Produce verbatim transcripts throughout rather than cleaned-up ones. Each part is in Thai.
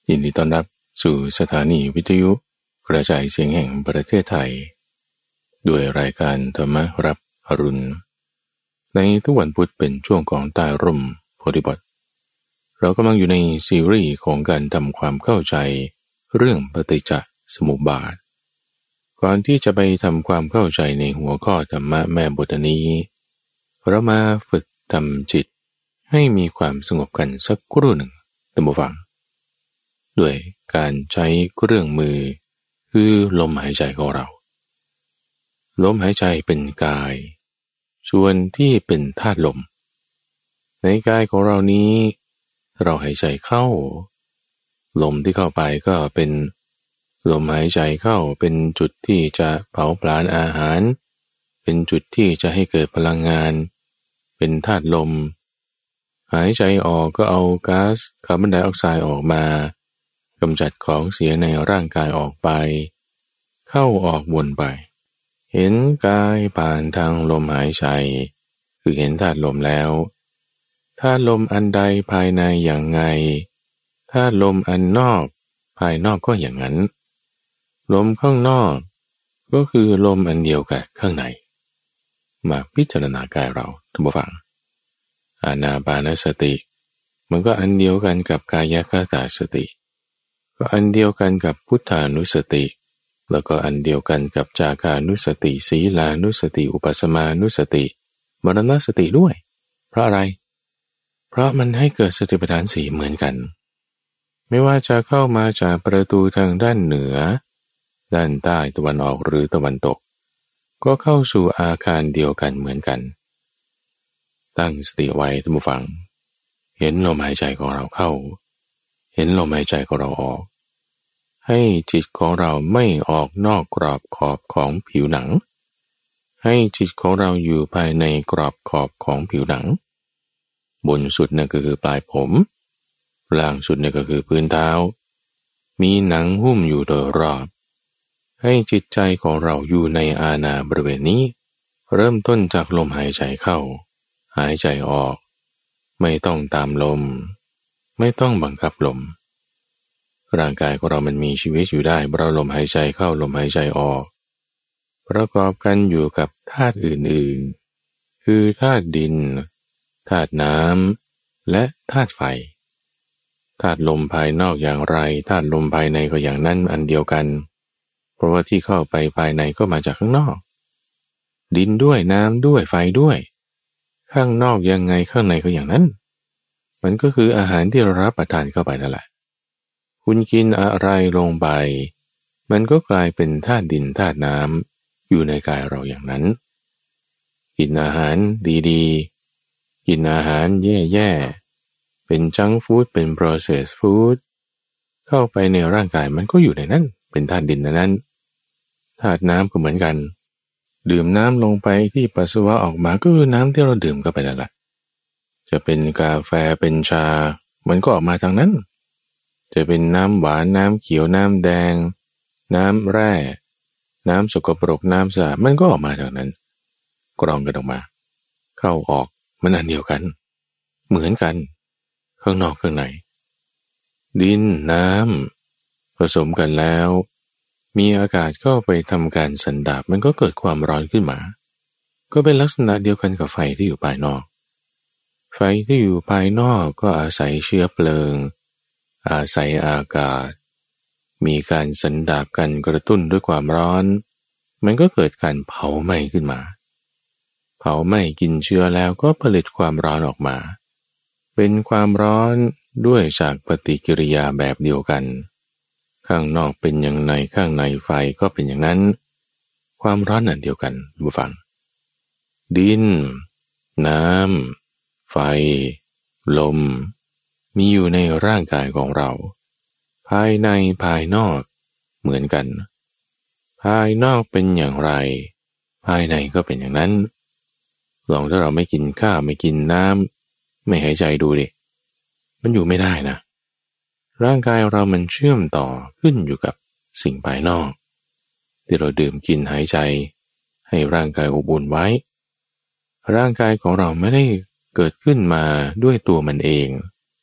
ยินดีต้อนรับสู่สถานีวิทยุกระจายเสียงแห่งประเทศไทยด้วยรายการธรรมรับอรุณในทุกวันพุธเป็นช่วงของใต้ร่มโพธิบทเรากำลังอยู่ในซีรีส์ของการทำความเข้าใจเรื่องปฏิจจสมุปบาทก่อนที่จะไปทำความเข้าใจในหัวข้อธรรมะแม่บทนี้เรามาฝึกทำจิตให้มีความสงบกันสักครู่หนึ่งท่านผู้ฟังด้วยการใช้เครื่องมือคือลมหายใจของเราลมหายใจเป็นกายส่วนที่เป็นธาตุลมในกายของเรานี้เราหายใจเข้าลมที่เข้าไปก็เป็นลมหายใจเข้าเป็นจุดที่จะเผาผลาญอาหารเป็นจุดที่จะให้เกิดพลังงานเป็นธาตุลมหายใจออกก็เอาก๊าซคาร์บอนไดออกไซด์ออกมากำจัดของเสียในร่างกายออกไปเข้าออกวนไปเห็นกายผ่านทางลมหายใจคือเห็นธาตุลมแล้วธาตุลมอันใดภายในอย่างไงธาตุลมอันนอกภายนอกก็อย่างนั้นลมข้างนอกก็คือลมอันเดียวกับข้างในมาพิจารณากายเราท่านผู้ฟังอานาปานสติมันก็อันเดียวกันกับกายคตาสติก็อันเดียวกันกับพุทธานุสติแล้วก็อันเดียวกันกับจาคานุสติศีลานุสติอุปสมานุสติมรณสติด้วยเพราะอะไรเพราะมันให้เกิดสติปัฏฐานสี่เหมือนกันไม่ว่าจะเข้ามาจากประตูทางด้านเหนือด้านใต้ตะวันออกหรือตะวันตกก็เข้าสู่อาคารเดียวกันเหมือนกันตั้งสติไว้ท่านผู้ฟังเห็นลมหายใจของเราเข้าเห็นลมหายใจของเราออกให้จิตของเราไม่ออกนอกกรอบขอบของผิวหนังให้จิตของเราอยู่ภายในกรอบขอบของผิวหนังบนสุดนั่นก็คือปลายผมล่างสุดนั่นก็คือพื้นเท้ามีหนังหุ้มอยู่โดยรอบให้จิตใจของเราอยู่ในอาณาบริเวณนี้เริ่มต้นจากลมหายใจเข้าหายใจออกไม่ต้องตามลมไม่ต้องบังคับลมร่างกายของเรามันมีชีวิตอยู่ได้เพราะลมหายใจเข้าลมหายใจออกประกอบกันอยู่กับธาตุอื่นๆคือธาตุดินธาตุน้ำและธาตุไฟธาตุลมภายนอกอย่างไรธาตุลมภายในก็อย่างนั้นอันเดียวกันเพราะว่าที่เข้าไปภายในก็มาจากข้างนอกดินด้วยน้ำด้วยไฟด้วยข้างนอกยังไงข้างในก็อย่างนั้นมันก็คืออาหารที่เรารับประทานเข้าไปนั่นแหละคุณกินอะไรลงไปมันก็กลายเป็นธาตุดินธาตุน้ำอยู่ในกายเราอย่างนั้นกินอาหารดีๆกินอาหารแย่ๆเป็นจังก์ฟู้ดเป็น processed food เข้าไปในร่างกายมันก็อยู่ในนั้นเป็นธาตุดินนั้นธาตุน้ำก็เหมือนกันดื่มน้ำลงไปที่ปัสสาวะออกมาก็คือน้ำที่เราดื่มเข้าไปนั่นแหละจะเป็นกาแฟเป็นชามันก็ออกมาทางนั้นจะเป็นน้ำหวานน้ำเขียวน้ำแดงน้ำแร่น้ำสกปรกน้ำสะอาดมันก็ออกมาทางนั้นกรองกันออกมาเข้าออกมันอันเดียวกันเหมือนกันข้างนอกข้างในดินน้ำผสมกันแล้วมีอากาศเข้าไปทำการสันดาปมันก็เกิดความร้อนขึ้นมาก็เป็นลักษณะเดียวกันกับไฟที่อยู่ภายนอกไฟที่อยู่ภายนอกก็อาศัยเชื้อเพลิงอาศัยอากาศมีการสันดาปกันกระตุ้นด้วยความร้อนมันก็เกิดการเผาไหม้ขึ้นมาเผาไหม้กินเชื้อแล้วก็ผลิตความร้อนออกมาเป็นความร้อนด้วยจากปฏิกิริยาแบบเดียวกันข้างนอกเป็นอย่างไรข้างในไฟก็เป็นอย่างนั้นความร้อนอันเดียวกันผู้ฟังดินน้ำไฟลมมีอยู่ในร่างกายของเราภายในภายนอกเหมือนกันภายนอกเป็นอย่างไรภายในก็เป็นอย่างนั้นลองถ้าเราไม่กินข้าวไม่กินน้ำไม่หายใจดูดิมันอยู่ไม่ได้นะร่างกายเรามันเชื่อมต่อขึ้นอยู่กับสิ่งภายนอกที่เราดื่มกินหายใจให้ร่างกายอบอุ่นไว้ร่างกายของเราไม่ได้เกิดขึ้นมาด้วยตัวมันเอง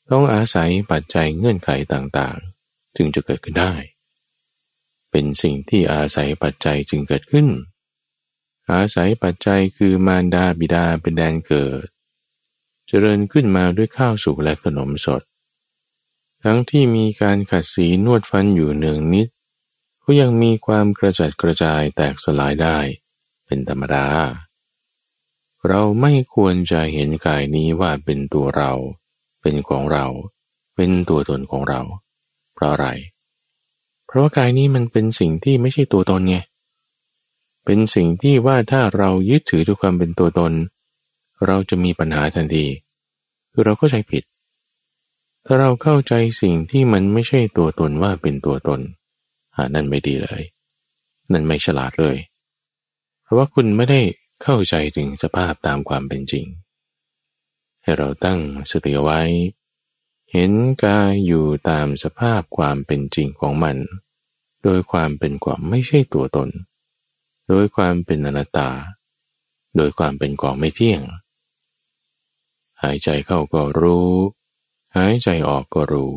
ต้องอาศัยปัจจัยเงื่อนไขต่างๆจึงจะเกิดขึ้นได้เป็นสิ่งที่อาศัยปัจจัยจึงเกิดขึ้นอาศัยปัจจัยคือมารดาบิดาเป็นแดนเกิดเจริญขึ้นมาด้วยข้าวสุกและขนมสดทั้งที่มีการขัดสีนวดฟันอยู่เนืองนิดก็ยังมีความกระจัดกระจายแตกสลายได้เป็นธรรมดาเราไม่ควรจะเห็นกายนี้ว่าเป็นตัวเราเป็นของเราเป็นตัวตนของเราเพราะอะไรเพราะว่ากายนี้มันเป็นสิ่งที่ไม่ใช่ตัวตนไงเป็นสิ่งที่ว่าถ้าเรายึดถือด้วยความเป็นตัวตนเราจะมีปัญหาทันทีคือเราเข้าใจผิดถ้าเราเข้าใจสิ่งที่มันไม่ใช่ตัวตนว่าเป็นตัวตนอ่านั่นไม่ดีเลยนั่นไม่ฉลาดเลยเพราะว่าคุณไม่ได้เข้าใจถึงสภาพตามความเป็นจริงให้เราตั้งสติเอาไว้เห็นกายอยู่ตามสภาพความเป็นจริงของมันโดยความเป็นความไม่ใช่ตัวตนโดยความเป็นอนัตตาโดยความเป็นของไม่เที่ยงหายใจเข้าก็รู้หายใจออกก็รู้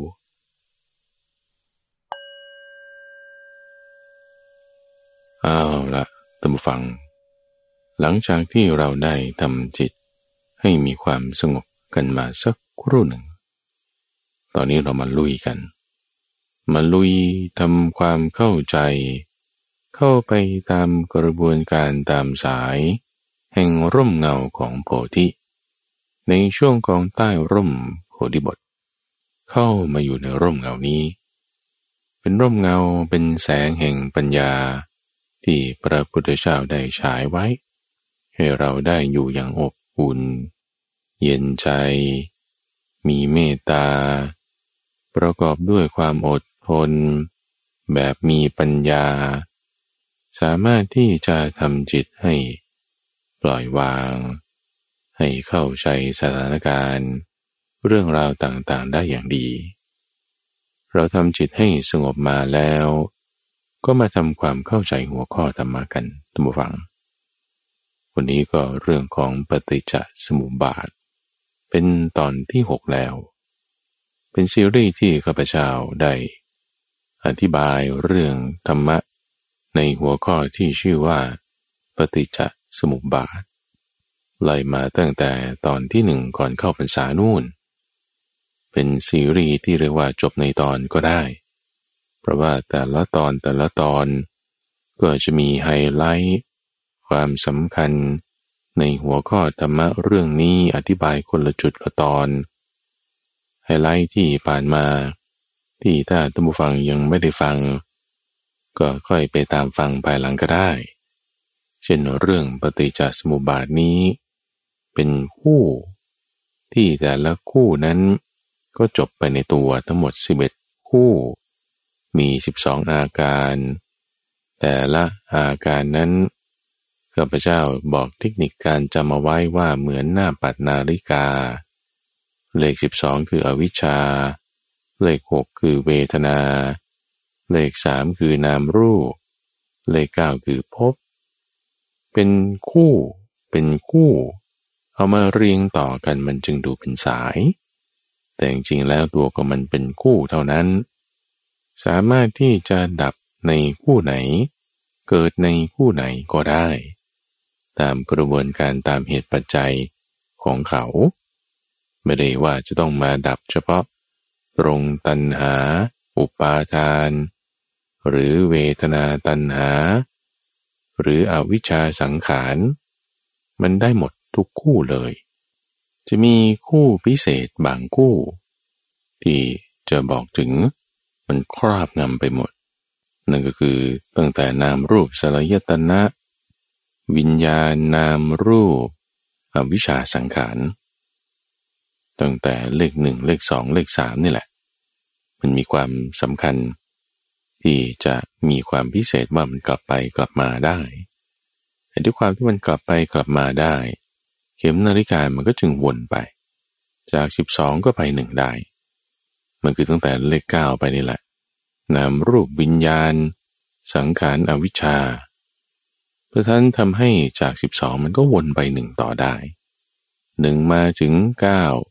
เอาละท่านผู้ฟังหลังจากที่เราได้ทำจิตให้มีความสงบกันมาสักครู่หนึ่งตอนนี้เรามาลุยกันมาลุยทำความเข้าใจเข้าไปตามกระบวนการตามสายแห่งร่มเงาของโพธิในช่วงของใต้ร่มโพธิบทเข้ามาอยู่ในร่มเงานี้เป็นร่มเงาเป็นแสงแห่งปัญญาที่พระพุทธเจ้าได้ฉายไว้ให้เราได้อยู่อย่างอบอุ่นเย็นใจมีเมตตาประกอบด้วยความอดทนแบบมีปัญญาสามารถที่จะทำจิตให้ปล่อยวางให้เข้าใจสถานการณ์เรื่องราวต่างๆได้อย่างดีเราทำจิตให้สงบมาแล้วก็มาทำความเข้าใจหัวข้อธรรมะกันท่านผู้ฟังวันนี้ก็เรื่องของปฏิจจสมุปบาทเป็นตอนที่หกแล้วเป็นซีรีส์ที่ข้าพเจ้าได้อธิบายเรื่องธรรมะในหัวข้อที่ชื่อว่าปฏิจจสมุปบาทไล่มาตั้งแต่ตอนที่หนึ่งก่อนเข้าพรรษานู่นเป็นซีรีส์ที่เรียกว่าจบในตอนก็ได้เพราะว่าแต่ละตอนแต่ละตอนก็จะมีไฮไลท์ความสำคัญในหัวข้อธรรมะเรื่องนี้อธิบายคนละจุดละตอนไฮไลท์ที่ผ่านมาที่ถ้าท่านผู้ฟังยังไม่ได้ฟังก็ค่อยไปตามฟังภายหลังก็ได้เช่นเรื่องปฏิจจสมุปบาทนี้เป็นคู่ที่แต่ละคู่นั้นก็จบไปในตัวทั้งหมดสิบเอ็ดคู่มีสิบสองอาการแต่ละอาการนั้นข้าพเจ้าบอกเทคนิคการจำเอาไว้ว่าเหมือนหน้าปัดนาฬิกาเลขสิบสองคืออวิชชาเลขหกคือเวทนาเลขสามคือนามรูปเลขเก้าคือภพเป็นคู่เป็นคู่เอามาเรียงต่อกันมันจึงดูเป็นสายแต่จริงๆแล้วตัวก็มันเป็นคู่เท่านั้นสามารถที่จะดับในคู่ไหนเกิดในคู่ไหนก็ได้ตามกระบวนการตามเหตุปัจจัยของเขาไม่ได้ว่าจะต้องมาดับเฉพาะตรงตัณหาอุปาทานหรือเวทนาตัณหาหรืออวิชชาสังขารมันได้หมดทุกคู่เลยจะมีคู่พิเศษบางคู่ที่จะบอกถึงมันครอบงำไปหมดนั่นก็คือตั้งแต่นามรูปสลายตนะวิญญาณนามรูปอวิชชาสังขารตั้งแต่เลขหนึ่งเลขสองเลขสามนี่แหละมันมีความสำคัญที่จะมีความพิเศษว่ามันกลับไปกลับมาได้แต่ด้วยความที่มันกลับไปกลับมาได้เข็มนาฬิกามันก็จึงวนไปจากสิบสองก็ไปหนึ่งได้มันคือตั้งแต่เลขเก้าไปนี่แหละนามรูปวิญญาณสังขารอวิชชาเพราะฉะนั้นทำให้จากสิบสองมันก็วนไปหนึ่งต่อได้หนึ่งมาถึงเก้า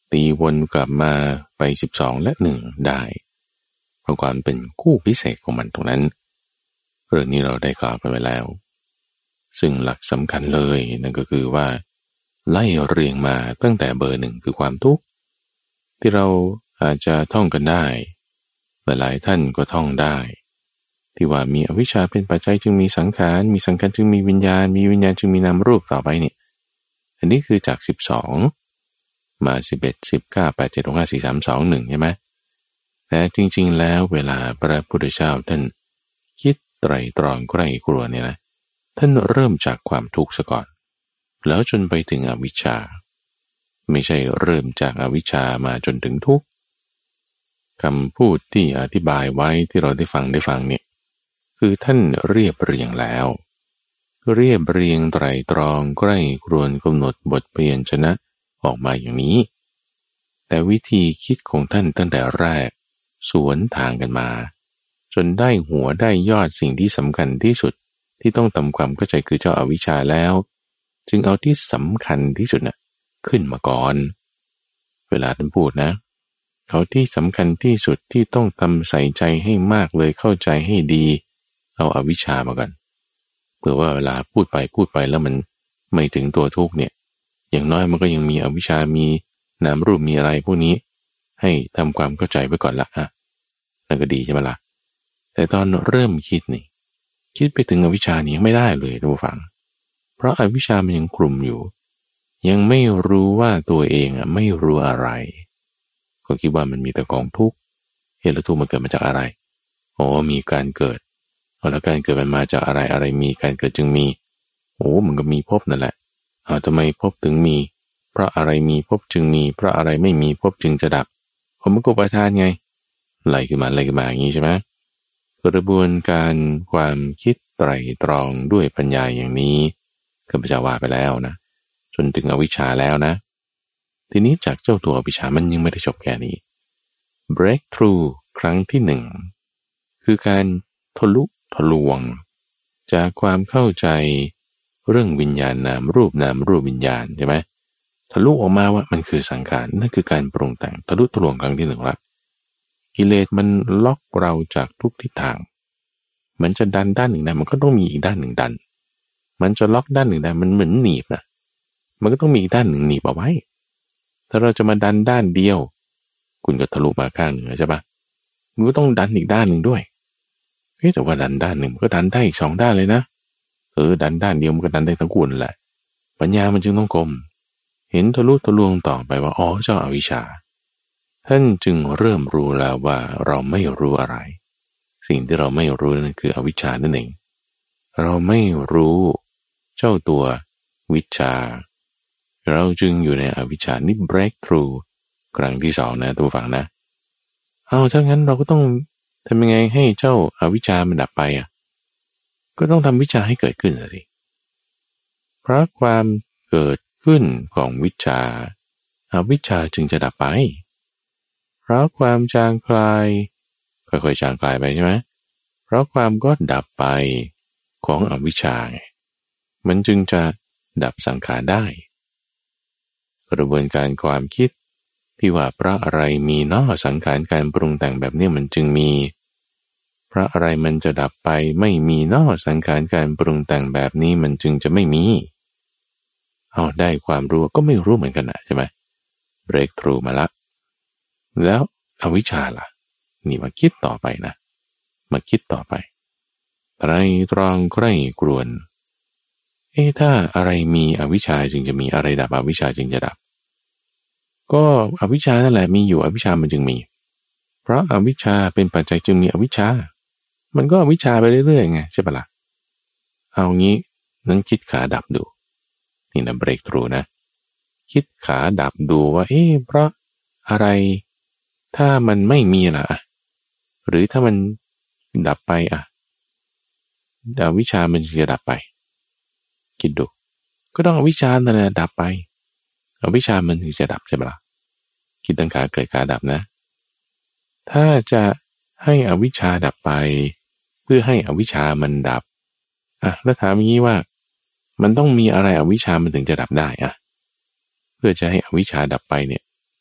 ตีวนกลับมาไปสิบสองและหนึ่งได้เพราะความเป็นคู่พิเศษของมันตรงนั้นเรื่องนี้เราได้กล่าวไปไว้แล้วซึ่งหลักสำคัญเลยนั่นก็คือว่าไล่เรียงมาตั้งแต่เบอร์หนึ่งคือความทุกข์ที่เราอาจจะท่องกันได้หลายๆท่านก็ท่องได้ที่ว่ามีอวิชชาเป็นปัจจัยจึงมีสังขารมีสังขารจึงมีวิญญาณมีวิญญาณจึงมีนามรูปต่อไปเนี่ยอันนี้คือจากสิบสองมาสิบเอ็ด สิบ เก้า แปด เจ็ด หก ห้า สี่ สาม สอง หนึ่งใช่ไหมแต่จริงๆแล้วเวลาพระพุทธเจ้าท่านคิดไตร่ตรองใกล้ครัวเนี่ยนะท่านเริ่มจากความทุกข์ซะก่อนแล้วจนไปถึงอวิชชาไม่ใช่เริ่มจากอวิชชามาจนถึงทุกข์คำพูดที่อธิบายไว้ที่เราได้ฟังได้ฟังเนี่ยคือท่านเรียบเรียงแล้วเรียบเรียงไตร่ตรองใกล้ครวญกำหนดบทพยัญชนะออกมาอย่างนี้แต่วิธีคิดของท่านตั้งแต่แรกสวนทางกันมาจนได้หัวได้ยอดสิ่งที่สำคัญที่สุดที่ต้องทำความเข้าใจคือเจ้าอวิชชาแล้วจึงเอาที่สำคัญที่สุดน่ะขึ้นมาก่อนเวลาท่านพูดนะเอาที่สำคัญที่สุดที่ต้องทำใส่ใจให้มากเลยเข้าใจให้ดีเอาอวิชชามาก่อนเพื่อว่าเวลาพูดไปพูดไปแล้วมันไม่ถึงตัวทุกข์เนี่ยอย่างน้อยมันก็ยังมีอวิชชามีนามรูปมีอะไรพวกนี้ให้ทำความเข้าใจไว้ก่อนละอ่ะนั่นก็ดีใช่ไหมล่ะแต่ตอนเริ่มคิดนี่คิดไปถึงอวิชชานี่ยังไม่ได้เลยทุกฝังเพราะอวิชชามันยังคลุมอยู่ยังไม่รู้ว่าตัวเองอ่ะไม่รู้อะไรก็คิดว่ามันมีแต่กองทุกข์เหตุและทุกข์มันเกิดมาจากอะไรโอ้มีการเกิดแล้วการเกิดมันมาจากอะไรอะไรมีการเกิดจึงมีโอ้มันก็มีภพนั่นแหละอ้าวทำไมภพถึงมีเพราะอะไรมีภพจึงมีเพราะอะไรไม่มีภพจึงจะดับผมมันก็อุปทานไงไหลขึ้นมาไหลขึ้นมาอย่างนี้ใช่ไหมกระบวนการความคิดไตร่ตรองด้วยปัญญาอย่างนี้ข้าพเจ้าว่าไปแล้วนะจนถึงอวิชชาแล้วนะทีนี้จากเจ้าตัวอวิชชามันยังไม่ได้จบแค่นี้ breakthrough ครั้งที่หนึ่งคือการทะลุทะลวงจากความเข้าใจเรื่องวิญญาณนามรูปนามรูปวิญญาณใช่ไหมทะลุออกมาว่ามันคือสังขารนั่นคือการปรุงแต่งทะลุทะลวงครั้งที่หนึ่งละกิเลสมันล็อกเราจากทุกทิศทางมันจะดันด้านหนึ่งได้มันก็ต้องมีอีกด้านหนึ่งดันมันจะล็อกด้านหนึ่งได้มันเหมือนหนีบนะมันก็ต้องมีอีกด้านหนึ่งหนีบเอาไว้ถ้าเราจะมาดันด้านเดียวคุณก็ทะลุมาข้างหนึ่งใช่ปะมันก็ต้องดันอีกด้านหนึ่งด้วยเฮ้แต่ว่าดันด้านหนึ่งมันก็ดันได้อีกสองด้านเลยนะเออดันด้านเดียวมันก็ดันได้ทั้งคู่นั่นแหละปัญญามันจึงต้องกลมเห็นทะลุทะลวงต่อไปว่าอ๋อเจ้าอวิชชาท่านจึงเริ่มรู้แล้วว่าเราไม่รู้อะไรสิ่งที่เราไม่รู้นั่นคืออวิชชานั่นเองเราไม่รู้เจ้าตัววิชชาเราจึงอยู่ในอวิชชานี่ breakthrough ครั้งที่สองนะตัวฝังนะเอาถ้างั้นเราก็ต้องทำยังไงให้เจ้าอวิชชามันดับไปอ่ะก็ต้องทำวิชาให้เกิดขึ้นสิเพราะความเกิดขึ้นของวิชาอวิชชาจึงจะดับไปเพราะความจางคลายค่อยๆจางคลายไปใช่ไหมเพราะความก็ดับไปของอวิชชาไงมันจึงจะดับสังขารได้กระบวนการความคิดที่ว่าเพราะอะไรมีเนาะสังขารการปรุงแต่งแบบนี้มันจึงมีเพราะอะไรมันจะดับไปไม่มีเนาะสังขารการปรุงแต่งแบบนี้มันจึงจะไม่มีเอาได้ความรู้ก็ไม่รู้เหมือนกันนะใช่ไหม breakthrough มาละแล้วอวิชชาล่ะนี่มาคิดต่อไปนะมาคิดต่อไปไตรตรองใคร่ครวญเอ๊ะถ้าอะไรมีอวิชชาจึงจะมีอะไรดับอวิชชาจึงจะดับก็อวิชชานั่นแหละมีอยู่อวิชชามันจึงมีเพราะอวิชชาเป็นปัจจัยจึงมีอวิชชามันก็อวิชชาไปเรื่อยๆไงใช่ปะล่ะเอางี้นั้นคิดขาดับดูนี่นะ breakthrough นะคิดขาดับดูว่าเอ๊ะเพราะอะไรถ้ามันไม่มีล่ะหรือถ้ามันดับไปอ่ะอวิชชามันจะดับไปคิดดูก็ต้องอวิชชานั่นแหละดับไปอวิชชามันถึงจะดับใช่ไหมล่ะคิดตั้งขาเกิดขาดับนะถ้าจะให้อวิชชาดับไปเพื่อให้อวิชชามันดับอ่ะแล้วถามอย่างนี้ว่ามันต้องมีอะไรอวิชชามันถึงจะดับได้อ่ะเพื่อจะให้อวิชชาดับไปเนี่ย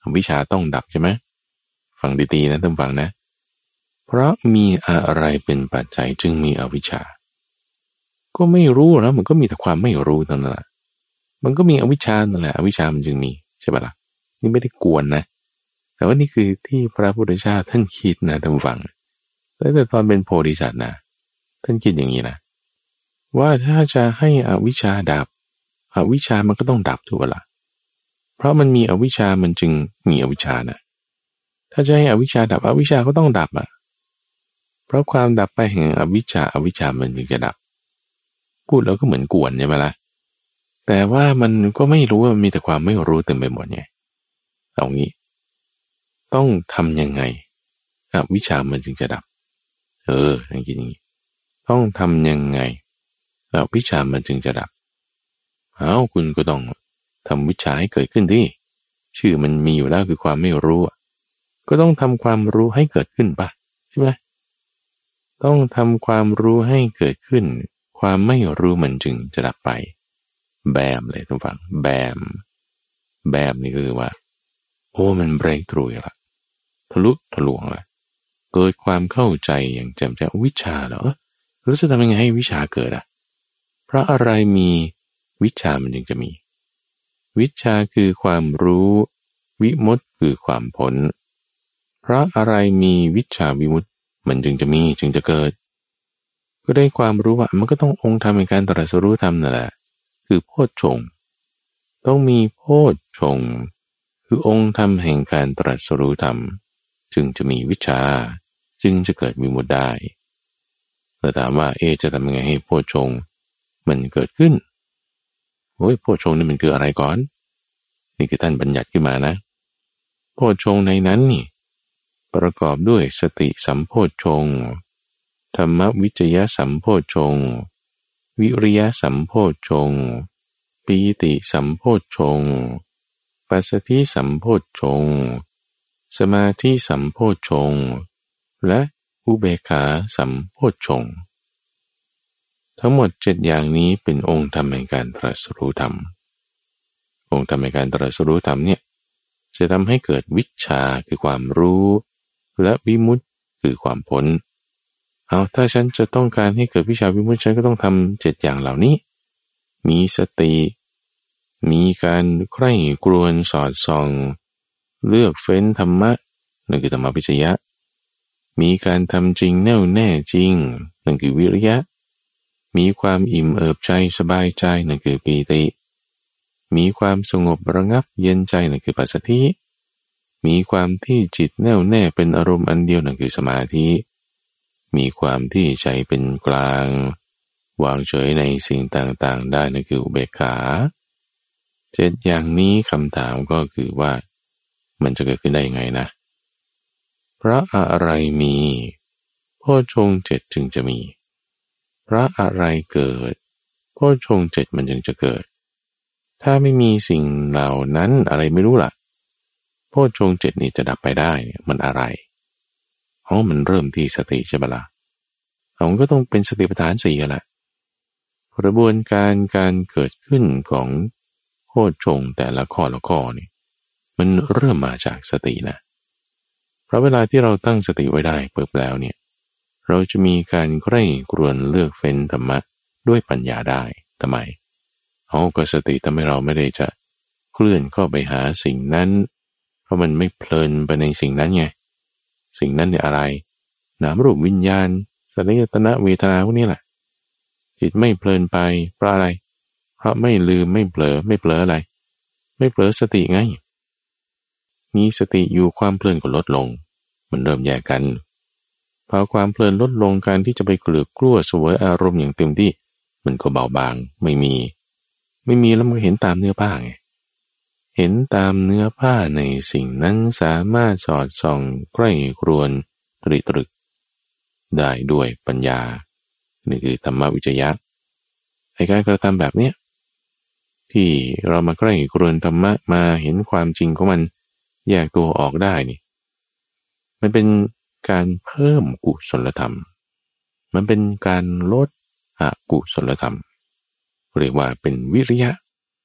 อวิชชาต้องดับใช่ไหมฟังดีๆนะท่านฟังนะเพราะมีอะไรเป็นปัจจัยจึงมีอวิชชาก็ไม่รู้นะมันก็มีแต่ความไม่รู้เท่านั้นแหละมันก็มีอวิชชานั่นแหละอวิชชามันจึงมีใช่ปะล่ะนี่ไม่ได้กวนนะแต่ว่านี่คือที่พระพุทธเจ้าท่านคิดนะท่านฟังตั้งแต่ตอนเป็นโพธิสัตว์นะท่านคิดอย่างนี้นะว่าถ้าจะให้อวิชชาดับอวิชชามันก็ต้องดับถูกปะล่ะเพราะมันมีอวิชชามันจึงมีอวิชชานะถ้าจะให้อวิชชาดับอวิชชาก็ต้องดับอ่ะเพราะความดับไปแห่งอวิชชาอวิชชามันจึงจะดับพูดแล้วก็เหมือนกวนใช่ไหมล่ะแต่ว่ามันก็ไม่รู้ว่ามันมีแต่ความไม่รู้เต็มไปหมดไงเอางี้ต้องทำยังไงอวิชชามันจึงจะดับเอออย่างนี้ต้องทำยังไงอวิชชามันจึงจะดับเอาคุณก็ต้องทำวิชาให้เกิดขึ้นดิชื่อมันมีอยู่แล้วคือความไม่รู้ก็ต้องทำความรู้ให้เกิดขึ้นปะใช่ไหมต้องทำความรู้ให้เกิดขึ้นความไม่รู้มันจึงจะดับไปแบมเลยทุกฝั่งแบมแบมนี่ก็คือว่าโอ้มันเบรกทรูละทะลุทะลวงละเกิดความเข้าใจอย่างแจ่มแจ้งวิชาเหรอรู้สึกทำยังไงให้วิชาเกิดอ่ะเพราะอะไรมีวิชามันจึงจะมีวิชาคือความรู้วิมุตติคือความพ้นเพราะอะไรมีวิชาวิมุตติมันจึงจะมีจึงจะเกิดก็ได้ความรู้ว่ามันก็ต้ององค์ธรรมในการตรัสรู้ธรรมนั่นแหละคือโพชฌงค์ต้องมีโพชฌงค์คือองค์ธรรมแห่งการตรัสรู้ธรรมจึงจะมีวิชาจึงจะเกิดวิมุตติได้เราถามว่าเอจะทำยังไงให้โพชฌงค์มันเกิดขึ้นโอ้ยโพชฌงค์นี่มันคืออะไรก่อนนี่คือท่านบัญญัติขึ้นมานะโพชฌงค์ในนั้นนี่ประกอบด้วยสติสัมโพชฌงค์ธรรมวิจยสัมโพชฌงค์วิริยสัมโพชฌงค์ปีติสัมโพชฌงค์ปัสสติสัมโพชฌงค์สมาธิสัมโพชฌงค์และอุเบกขาสัมโพชฌงค์ทั้งหมดเจ็ดอย่างนี้เป็นองค์ธรรมในการตรัสรู้ธรรมองค์ธรรมในการตรัสรู้ธรรมเนี่ยจะทำให้เกิดวิชชาคือความรู้และวิมุตติคือความพ้นเอาถ้าฉันจะต้องการให้เกิดวิชาวิมุตติฉันก็ต้องทำเจ็ดอย่างเหล่านี้มีสติมีการใคร่ครวญสอดส่องเลือกเฟ้นธรรมะนั่นคือธรรมวิจยะมีการทำจริงแน่วแน่จริงนั่นคือวิริยะมีความอิ่มเอิบใจสบายใจนั่นคือปีติมีความสงบระงับเย็นใจนั่นคือปัสสัทธิมีความที่จิตแน่วแน่เป็นอารมณ์อันเดียวนั่นคือสมาธิมีความที่ใจเป็นกลางวางเฉยในสิ่งต่างๆได้นั่นคืออุเบกขาเจ็ดอย่างนี้คำถามก็คือว่ามันจะเกิดขึ้นได้ยังไงนะเพราะอะไรมีโพชฌงค์เจ็ดจึงจะมีเพราะอะไรเกิดโพชฌงค์เจ็ดมันจึงจะเกิดถ้าไม่มีสิ่งเหล่านั้นอะไรไม่รู้ล่ะโพชฌงค์เจ็ดนี้จะดับไปได้มันอะไรอ๋อมันเริ่มที่สติใช่ปะล่ะเอาก็ต้องเป็นสติปัฏฐานสี่แหละกระบวนการการเกิดขึ้นของโพชฌงค์แต่ละข้อละข้อนี่มันเริ่มมาจากสตินะเพราะเวลาที่เราตั้งสติไว้ได้เปิดแล้วเนี่ยเราจะมีการใคร่ครวญเลือกเฟ้นธรรมะด้วยปัญญาได้ทำไมเอาก็สติทำให้เราไม่ได้จะเคลื่อนเข้าไปหาสิ่งนั้นเพราะมันไม่เพลินไปในสิ่งนั้นไงสิ่งนั้นเนี่ยอะไรนามรูปวิญญาณสัญญตนะเวทนาพวกนี้แหละจิตไม่เพลินไปเพราะอะไรเพราะไม่ลืมไม่เผลอไม่เผลออะไรไม่เผลอสติไงมีสติอยู่ความเพลินก็ลดลงมันเริ่มแยกกันพอความเพลินลดลงการที่จะไปเกลือกกลั้วเสวยอารมณ์อย่างเต็มที่มันก็เบาบางไม่มีไม่มีแล้วมันเห็นตามเนื้อผ้าไงเห็นตามเนื้อผ้าในสิ่งนั้นสามารถสอดส่องใกล้ครวนตรีตรึกได้ด้วยปัญญานี่คือธรรมวิจยะไอ้การกระทำแบบเนี้ยที่เรามาใกล้ครวนธรรมะมาเห็นความจริงของมันแยกตัวออกได้นี่มันเป็นการเพิ่มกุศลธรรมมันเป็นการลดอกุศลธรรมเรียกว่าเป็นวิริยะ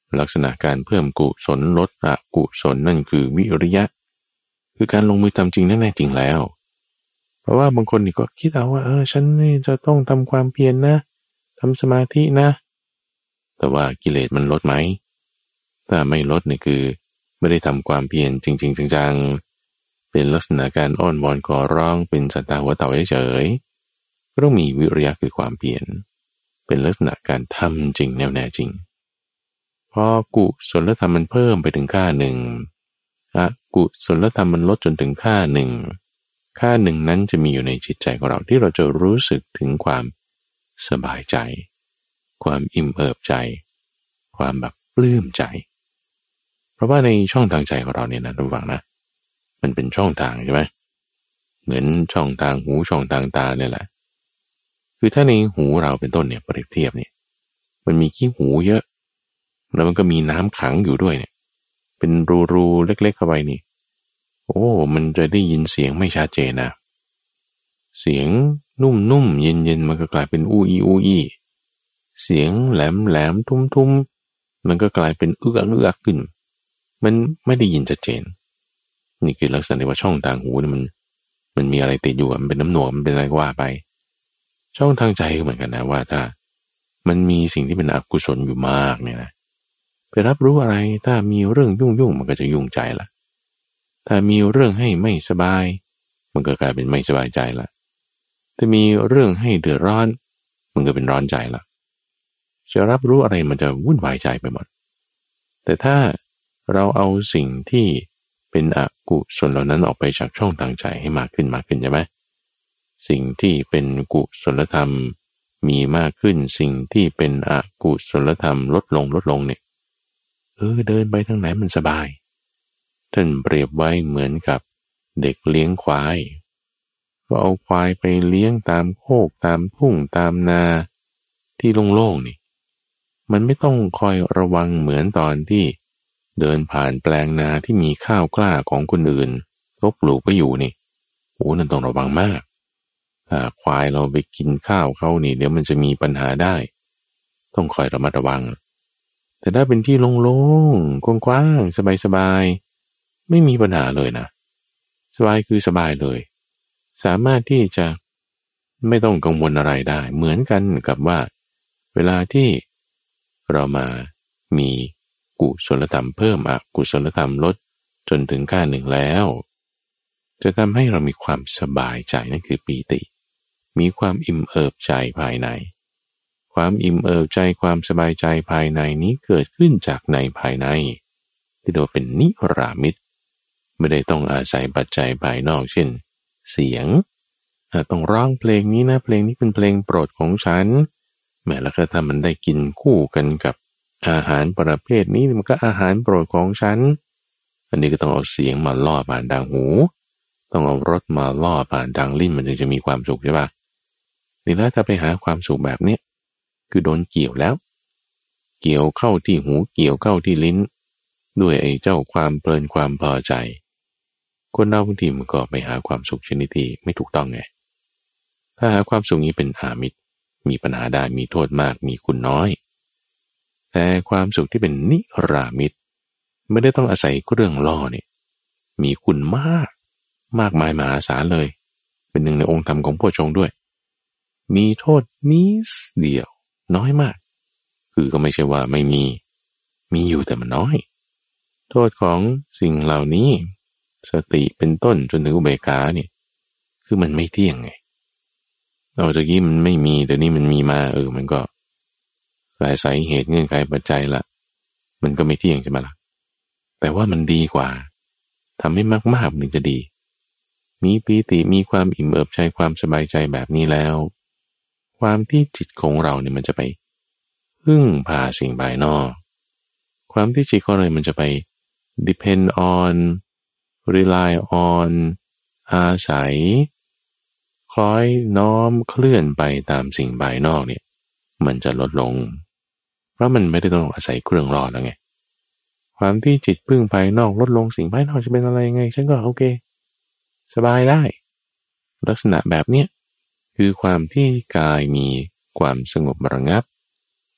ลักษณะการเพิ่มกุศลลดอกุศลนั่นคือวิริยะคือการลงมือทำจริงแน่ๆจริงแล้วเพราะว่าบางคนนี่ก็คิดเอาว่าเออฉันนี่จะต้องทำความเพียร น, นะทำสมาธินะแต่ว่ากิเลสมันลดไหมถ้าไม่ลดนี่คือไม่ได้ทำความเพียรจริงๆจังๆเป็นลักษณะการอ้อนวอนขอร้องเป็นสัตตาหัวเต่าเฉยๆก็ต้องมีวิริยะคือความเพียรเป็นลักษณะการทำจริงแน่วแน่จริงพอกุศลธรรมมันเพิ่มไปถึงค่าหนึ่งอกุศลธรรมมันลดจนถึงค่าหนึ่งค่าหนึ่งนั้นจะมีอยู่ในจิตใจของเราที่เราจะรู้สึกถึงความสบายใจความอิ่มเอิบใจความแบบปลื้มใจเพราะว่าในช่องทางใจของเราเนี่ยนะทุกฝั่งนะมันเป็นช่องทางใช่ไหมเหมือนช่องทางหูช่องทางตาเนี่ยแหละคือถ้าในหูเราเป็นต้นเนี่ยเปรียบเทียบเนี่ยมันมีขี้หูเยอะแล้วมันก็มีน้ำขังอยู่ด้วยเนี่ยเป็นรูๆเล็กๆเข้าไปนี่โอ้มันจะได้ยินเสียงไม่ชัดเจนนะเสียงนุ่มๆเย็นๆมันก็กลายเป็นอู้อี้อู้อี้เสียงแหลมๆทุ้มๆมันก็กลายเป็นเอื้อกเอื้อกขึ้นมันไม่ได้ยินชัดเจนนี่คือลักษณะที่ว่าช่องทางหูนี่มันมันมีอะไรติดอยู่มันเป็นน้ำหนวกมันเป็นอะไรก็ว่าไปช่องทางใจก็เหมือนกันนะว่าถ้ามันมีสิ่งที่เป็นอกุศลอยู่มากเนี่ยนะไปรับรู้อะไรถ้ามีเรื่องยุ่งยุ่งมันก็จะยุ่งใจละถ้ามีเรื่องให้ไม่สบายมันก็กลายเป็นไม่สบายใจละถ้ามีเรื่องให้เดือดร้อนมันก็เป็นร้อนใจละจะรับรู้อะไรมันจะวุ่นวายใจไปหมดแต่ถ้าเราเอาสิ่งที่เป็นอกุศลเหล่านั้นออกไปจากช่องทางใจให้มากขึ้นมากขึ้นใช่ไหมสิ่งที่เป็นกุศลธรรมมีมากขึ้นสิ่งที่เป็นอกุศลธรรมลดลงลดลงเนี่ยเออเดินไปทางไหนมันสบายท่านเปรียบไว้เหมือนกับเด็กเลี้ยงควายก็เอาควายไปเลี้ยงตามโคกตามทุ่งตามนาที่โล่งๆนี่มันไม่ต้องคอยระวังเหมือนตอนที่เดินผ่านแปลงนาที่มีข้าวกล้าของคนอื่นก็ปลูกไปอยู่นี่โอ้นั่นต้องระวังมากถ้าควายเราไปกินข้าวเขานี่เดี๋ยวมันจะมีปัญหาได้ต้องคอยระมัดระวังแต่ถ้าเป็นที่โล่งๆกว้างๆสบายๆไม่มีปัญหาเลยนะสบายคือสบายเลยสามารถที่จะไม่ต้องกังวลอะไรได้เหมือนกันกับว่าเวลาที่เรามามีกุศลธรรมเพิ่มอกุศลธรรมลดจนถึงค่าหนึ่งแล้วจะทำให้เรามีความสบายใจนั่นคือปีติมีความอิ่มเอิบใจภายในความอิ่มเอิบใจความสบายใจภายในนี้เกิดขึ้นจากในภายในที่เรียกว่าเป็นนิรามิตไม่ได้ต้องอาศัยปัจจัยภายนอกเช่นเสียงต้องร้องเพลงนี้นะเพลงนี้เป็นเพลงโปรดของฉันแม้แล้วก็ถ้ามันได้กินคู่กันกับอาหารประเภทนี้มันก็อาหารโปรดของฉันอันนี้ก็ต้องเอาเสียงมาล่อผ่านทางหูต้องเอารสมาล่อผ่านทางลิ้นมันถึงจะมีความสุขใช่ปะนี่แล้วถ้าไปหาความสุขแบบนี้คือโดนเกี่ยวแล้วเกี่ยวเข้าที่หูเกี่ยวเข้าที่ลิ้นด้วยไอ้เจ้าความเพลินความพอใจคนเราบางทีมันก็ไปหาความสุขชนิดที่ไม่ถูกต้องไงถ้าหาความสุขนี้เป็นอามิตรมีปัญหาได้มีโทษมากมีคุณน้อยแต่ความสุขที่เป็นนิรามิตไม่ได้ต้องอาศัยเครื่องล่อเนี่ยมีคุณมากมากมายมหาศาลเลยเป็นหนึ่งในองค์ธรรมของโพชฌงค์ด้วยมีโทษนิดเดียวน้อยมากคือก็ไม่ใช่ว่าไม่มีมีอยู่แต่มันน้อยโทษของสิ่งเหล่านี้สติเป็นต้นจนถึงอุเบกขาเนี่ยคือมันไม่เที่ยงไงเอาตะกี้มันไม่มีแต่นี่มันมีมาเออมันก็อาศัยเหตุเงื่อนไขปัจจัยละมันก็ไม่เที่ยงใช่ไหมล่ะแต่ว่ามันดีกว่าทำให้มากๆมันจะดีมีปีติมีความอิ่มเอิบใจความสบายใจแบบนี้แล้วความที่จิตของเราเนี่ยมันจะไปพึ่งพาสิ่งภายนอกความที่จิตของเรามันจะไป depend on rely on อาศัยคล้อยน้อมเคลื่อนไปตามสิ่งภายนอกเนี่ยมันจะลดลงเพราะมันไม่ได้ต้องอาศัยเครื่องล่อแล้วไงความที่จิตพึ่งภายนอกลดลงสิ่งภายนอกจะเป็นอะไรไงฉันก็โอเคสบายได้ลักษณะแบบเนี้ยคือความที่กายมีความสงบระงับ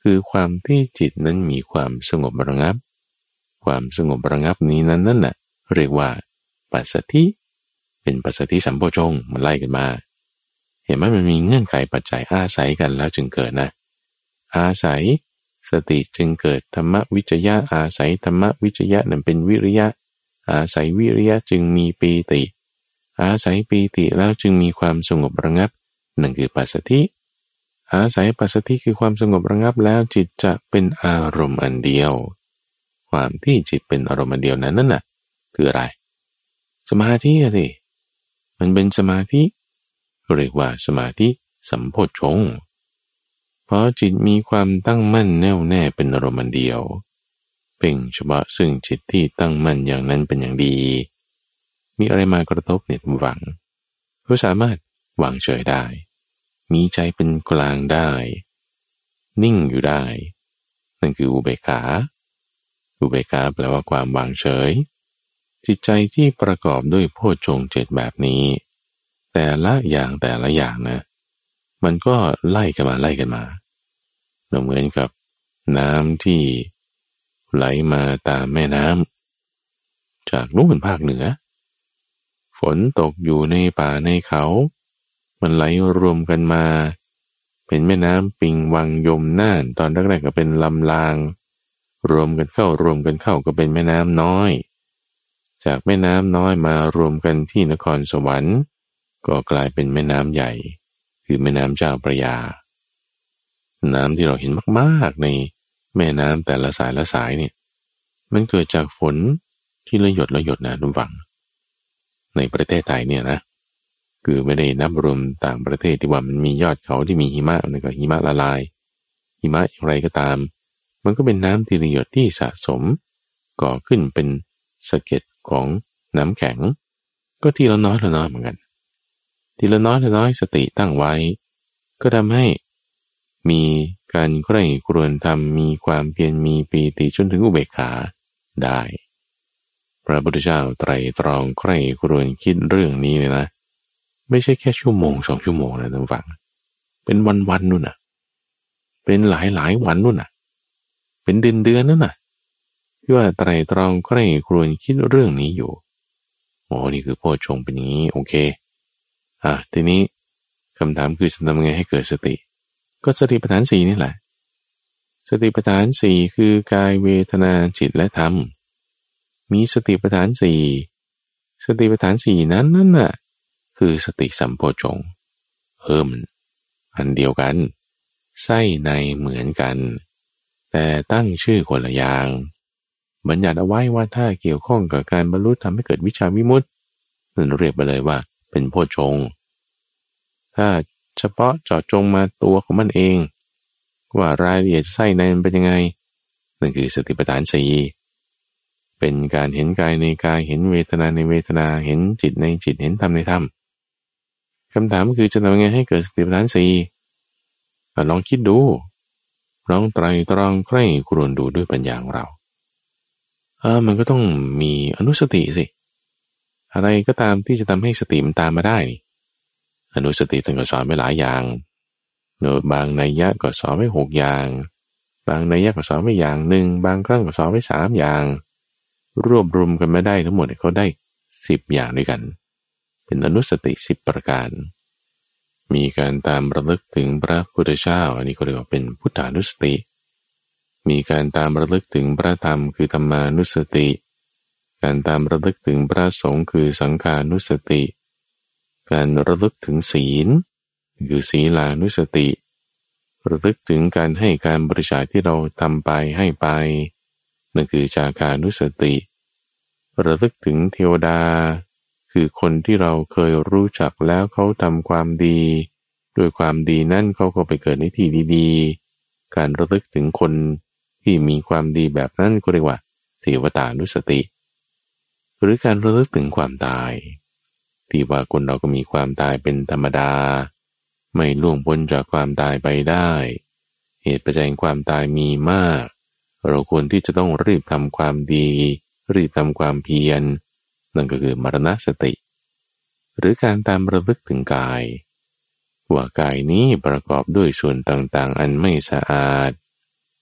คือความที่จิตนั้นมีความสงบระงับความสงบระงับนี้นั้นนั่นน่ะเรียกว่าปัสสัทธิเป็นปัสสัทธิสัมโพชฌงค์มันไล่กันมาเห็นไหมมันมีเงื่อนไขปัจจัยอาศัยกันแล้วจึงเกิดนะอาศัยสติจึงเกิดธรรมวิจยะอาศัยธรรมวิจยะนั้นเป็นวิริยะอาศัยวิริยะจึงมีปีติอาศัยปีติแล้วจึงมีความสงบระงับนั่นคือปัสสัทธิอาศัยปัสสัทธิคือความสงบระงับแล้วจิตจะเป็นอารมณ์อันเดียวความที่จิตเป็นอารมณ์อันเดียวนั้นนั่นน่ะคืออะไรสมาธิอะสิมันเป็นสมาธิเรียกว่าสมาธิสัมโพชฌงค์เพราะจิตมีความตั้งมั่นแน่วแน่เป็นอารมณ์อันเดียวเพ่งเฉพาะซึ่งจิตที่ตั้งมั่นอย่างนั้นเป็นอย่างดีมีอะไรมากระทบเนี่ยหวังก็สามารถวางเฉยได้มีใจเป็นกลางได้นิ่งอยู่ได้นั่นคืออุเบกขาอุเบกขาแปลว่าความวางเฉยจิตใจที่ประกอบด้วยโพชฌงค์เจ็ดแบบนี้แต่ละอย่างแต่ละอย่างนะมันก็ไล่กันมาไล่กันมาเหมือนกับน้ำที่ไหลมาตามแม่น้ำจากนู้นภาคเหนือฝนตกอยู่ในป่าในเขามันไหลรวมกันมาเป็นแม่น้ำปิงวังยมน่านตอนแรกๆก็เป็นลำลางรวมกันเข้ารวมกันเข้าก็เป็นแม่น้ำน้อยจากแม่น้ำน้อยมารวมกันที่นครสวรรค์ก็กลายเป็นแม่น้ำใหญ่คือแม่น้ำเจ้าพระยาน้ำที่เราเห็นมากๆในแม่น้ำแต่ละสายละสายเนี่ยมันเกิดจากฝนที่ละหยดละหยดนะทุกฝั่งในประเทศไทยเนี่ยนะคือไม่ได้นับรวมต่างประเทศที่ว่ามันมียอดเขาที่มีหิมะแล้วก็หิมะละลายหิมะอย่างไรก็ตามมันก็เป็นน้ำที่ละหยดที่สะสมก่อขึ้นเป็นสะเก็ดของน้ำแข็งก็ทีละน้อยละน้อยเหมือนกันทีละน้อยละน้อยสติตั้งไว้ก็ทำให้มีการใคร่ครวญทำมีความเพียรมีปีติจนถึงอุเบกขาได้พระพุทธเจ้าไตรตรองใคร่ครวญคิดเรื่องนี้เลยนะไม่ใช่แค่ชั่วโมงสองชั่วโมงนะท่านฟังเป็นวันๆนู่นน่ะเป็นหลายๆวันนู่นน่ะเป็นเดือนๆนั่นน่ะที่ว่าไตรตรองใคร่ครวญคิดเรื่องนี้อยู่โอ้นี่คือโพชฌงค์เป็นอย่างนี้โอเคอ่ะทีนี้คำถามคือจะทำยังไงให้เกิดสติก็สติปัฏฐานสี่นี่แหละสติปัฏฐานสี่คือกายเวทนาจิตและธรรมมีสติปัฏฐานสี่สติปัฏฐานสี่นั้นนั่นน่ะคือสติสัมโพชฌงค์เออมันอันเดียวกันไส้ในเหมือนกันแต่ตั้งชื่อคนละอย่างบัญญัติเอาไว้ว่าถ้าเกี่ยวข้องกับการบรรลุทำให้เกิดวิชาวิมุตตินั่นเรียกไปเลยว่าเป็นโพชฌงค์ถ้าเฉพาะเจาะจงมาตัวของมันเองว่ารายละเอียดไส้ในมันเป็นยังไงนั่นคือสติปัฏฐานสี่เป็นการเห็นกายในกายเห็นเวทนาในเวทนาเห็นจิตในจิตเห็นธรรมในธรรมคำถามคือจะทำยังไงให้เกิดสติปัฏฐานสี่ลองคิดดูลองไตรตรองใคร่ครวญดูด้วยปัญญาของเราเออมันก็ต้องมีอนุสติสิอะไรก็ตามที่จะทำให้สติมันตามมาได้อนุสติท่านก็สอนไว้หลายอย่างเนอะบางนัยยะก็สอนไว้หกอย่างบางนัยยะก็สอนไว้อย่างหนึ่งบางครั้งก็สอนไว้สามอย่างรวบรวมกันมาได้ทั้งหมดเขาได้สิบอย่างด้วยกันเป็นอนุสติสิบประการมีการตามระลึกถึงพระพุทธเจ้าอันนี้ก็เรียกว่าเป็นพุทธานุสติมีการตามระลึกถึงพระธรรมคือธรรมานุสติการตามระลึกถึงพระสงฆ์คือสังฆานุสติการระลึกถึงศีลคือศีลานุสติระลึกถึงการให้การบริจาคที่เราทำไปให้ไปนั่นคือจาคานุสติระลึกถึงเทวดาคือคนที่เราเคยรู้จักแล้วเขาทำความดีด้วยความดีนั่นเขาก็ไปเกิดในที่ดีๆการระลึกถึงคนที่มีความดีแบบนั้นก็เรียกว่าเทวตานุสติหรือการระลึกถึงความตายที่ว่าคนเราก็มีความตายเป็นธรรมดาไม่ล่วงพ้นจากความตายไปได้เหตุปัจจัยความตายมีมากเราควรที่จะต้องรีบทำความดีรีบทำความเพียรนั่นก็คือมรณสติหรือการตามระลึกถึงกายว่ากายนี้ประกอบด้วยส่วนต่างๆอันไม่สะอาด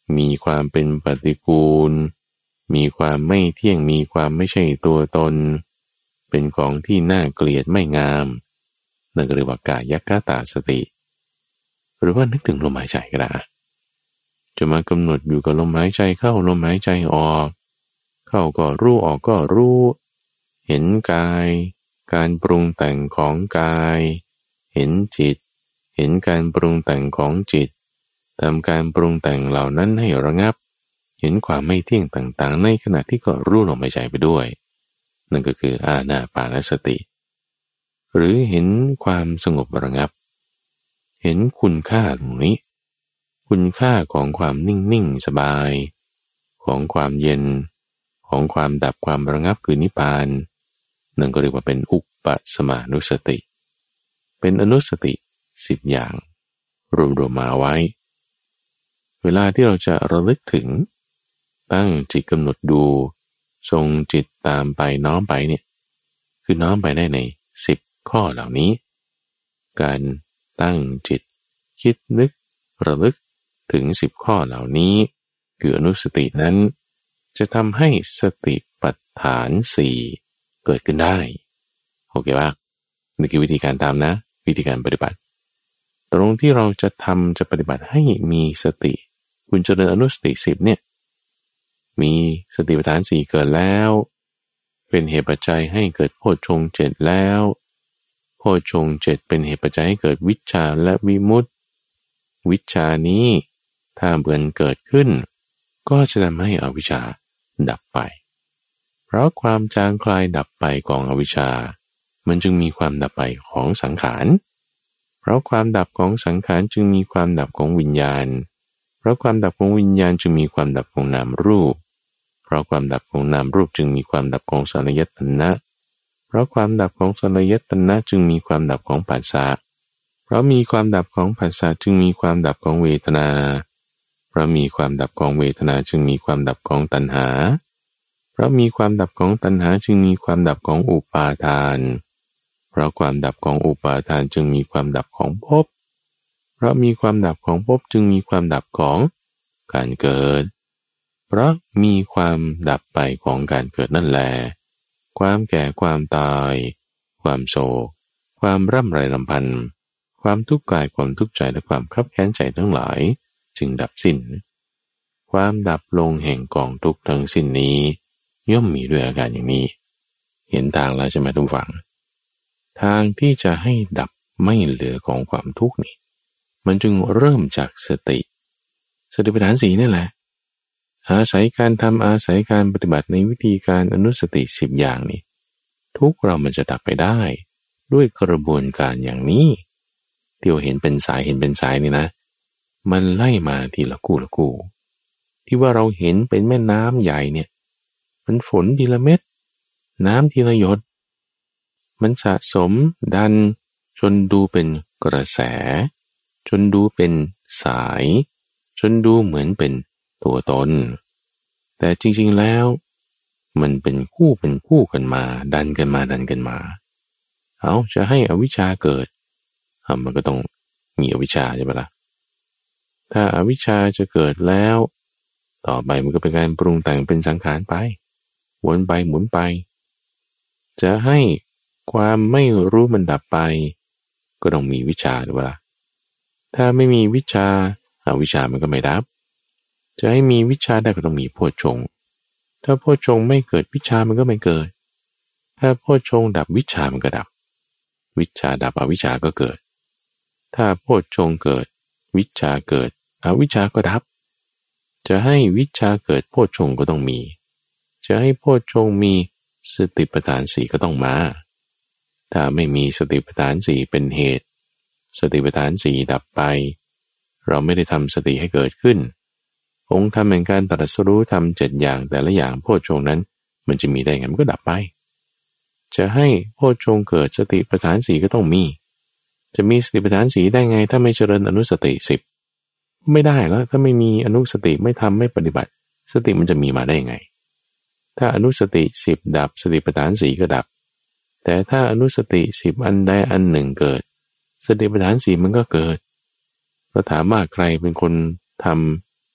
มีความเป็นปฏิกูลมีความไม่เที่ยงมีความไม่ใช่ตัวตนเป็นของที่น่าเกลียดไม่งามนั่นก็เรียกว่ากายคตาสติหรือว่านึกถึงลมหายใจก็ได้จะมากำหนดอยู่กับลมหายใจเข้าลมหายใจออกเข้าก็รู้ออกก็รู้เห็นกายการปรุงแต่งของกายเห็นจิตเห็นการปรุงแต่งของจิตทำการปรุงแต่งเหล่านั้นให้ระงับเห็นความไม่เที่ยงต่างๆในขณะที่ก็รู้ลมหายใจไปด้วยนั่นก็คืออานาปานสติหรือเห็นความสงบระงับเห็นคุณค่าตรงนี้คุณค่าของความนิ่งๆสบายของความเย็นของความดับความระงับคือนิพพานนั่นก็เรียกว่าเป็นอุปสมานุสติเป็นอนุสติสิบอย่างรวมๆมาไว้เวลาที่เราจะระลึกถึงตั้งจิตกำหนดดูทรงจิตตามไปน้อมไปเนี่ยคือน้อมไปได้ในสิบข้อเหล่านี้การตั้งจิตคิดนึกระลึกถึงสิบข้อเหล่านี้คืออนุสตินั้นจะทำให้สติปัฏฐานสี่เกิดขึ้นได้โอเคป่ะนี่คือวิธีการทำนะวิธีการปฏิบัติตรงที่เราจะทำจะปฏิบัติให้มีสติคุณเจริญอนุสติสิบเนี่ยมีสติปัฏฐานสี่เกิดแล้วเป็นเหตุปัจจัยให้เกิดโพชฌงค์เจ็ดแล้วโพชฌงค์เจ็ดเป็นเหตุปัจจัยให้เกิดวิชชาและวิมุตติวิชชานี้ถ้าเบื่อเกิดขึ้นก็จะทำให้อวิชชาดับไปเพราะความจางคลายดับไปของอวิชชามันจึงมีความดับไปของสังขารเพราะความดับของสังขารจึงมีความดับของวิญญาณเพราะความดับของวิญญาณจึงมีความดับของนามรูปเพราะความดับของนามรูปจึงมีความดับของสลายตนะเพราะความดับของสลายตนะจึงมีความดับของผัสสะเพราะมีความดับของผัสสะจึงมีความดับของเวทนาเพราะมีความดับของเวทนาจึงมีความดับของตัณหาเพราะมีความดับของตัณหาจึงมีความดับของอุปาทานเพราะความดับของอุปาทานจึงมีความดับของภพเพราะมีความดับของภพจึงมีความดับของการเกิดเพราะมีความดับไปของการเกิดนั่นแลความแก่ความตายความโศกความร่ำไรรำพันความทุกข์กายความทุกข์ใจและความคับแค้นใจทั้งหลายจึงดับสิ้นความดับลงแห่งกองทุกข์ทั้งสิ้นนี้ย่อมมีด้วยอาการอย่างนี้เห็นทางแล้วใช่ไหมทุกฝังทางที่จะให้ดับไม่เหลือของความทุกข์นี่มันจึงเริ่มจากสติสติปัฏฐานสี่นี่แหละอาศัยการทำอาศัยการปฏิบัติในวิธีการอนุสติสิบอย่างนี่ทุกเรามันจะดับไปได้ด้วยกระบวนการอย่างนี้ที่เราเห็นเป็นสายเห็นเป็นสายนี่นะมันไล่มาทีละกู้ละกู้ที่ว่าเราเห็นเป็นแม่น้ำใหญ่เนี่ยมันฝนทีละเม็ดน้ำทีละหยดมันสะสมดันจนดูเป็นกระแสจนดูเป็นสายจนดูเหมือนเป็นตัวตนแต่จริงๆแล้วมันเป็นคู่เป็นคู่กันมาดันกันมาดันกันมาเอาจะให้อวิชชาเกิดมันก็ต้องมีอวิชชาใช่ไหมล่ะถ้าอวิชชาจะเกิดแล้วต่อไปมันก็เป็นการปรุงแต่งเป็นสังขารไปวนไปหมุนไปจะให้ความไม่รู้มันดับไปก็ต้องมีวิชาด้วยล่ะถ้าไม่มีวิชาอวิชชามันก็ไม่ดับจะให้มีวิชาได้ก็ต้องมีโพชฌงค์ถ้าโพชฌงค์ไม่เกิดวิชามันก็ไม่เกิดถ้าโพชฌงค์ดับวิชามันก็ดับวิชาดับอวิชาก็เกิดถ้าโพชฌงค์เกิดวิชาเกิดอวิชาก็ดับจะให้วิชาเกิดโพชฌงค์ก็ต้องมีจะให้โพชฌงค์มีสติปัฏฐานสี่ก็ต้องมาถ้าไม่มีสติปัฏฐานสี่เป็นเหตุสติปัฏฐานสี่ดับไปเราไม่ได้ทำสติให้เกิดขึ้นองค์ธรรมแห่งการตรัสรู้ทำเจ็ดอย่างแต่ละอย่างโพชฌงค์นั้นมันจะมีได้ไงมันก็ดับไปจะให้โพชฌงค์เกิดสติปัฏฐานสี่ก็ต้องมีจะมีสติปัฏฐานสี่ได้ไงถ้าไม่เจริญอนุสติสิบไม่ได้แล้วถ้าไม่มีอนุสติไม่ทำไม่ปฏิบัติสติมันจะมีมาได้ไงถ้าอนุสติสิบดับสติปัฏฐานสี่ก็ดับแต่ถ้าอนุสติสิบอันใดอันหนึ่งเกิดสติปัฏฐานสี่มันก็เกิดก็ถามว่าใครเป็นคนท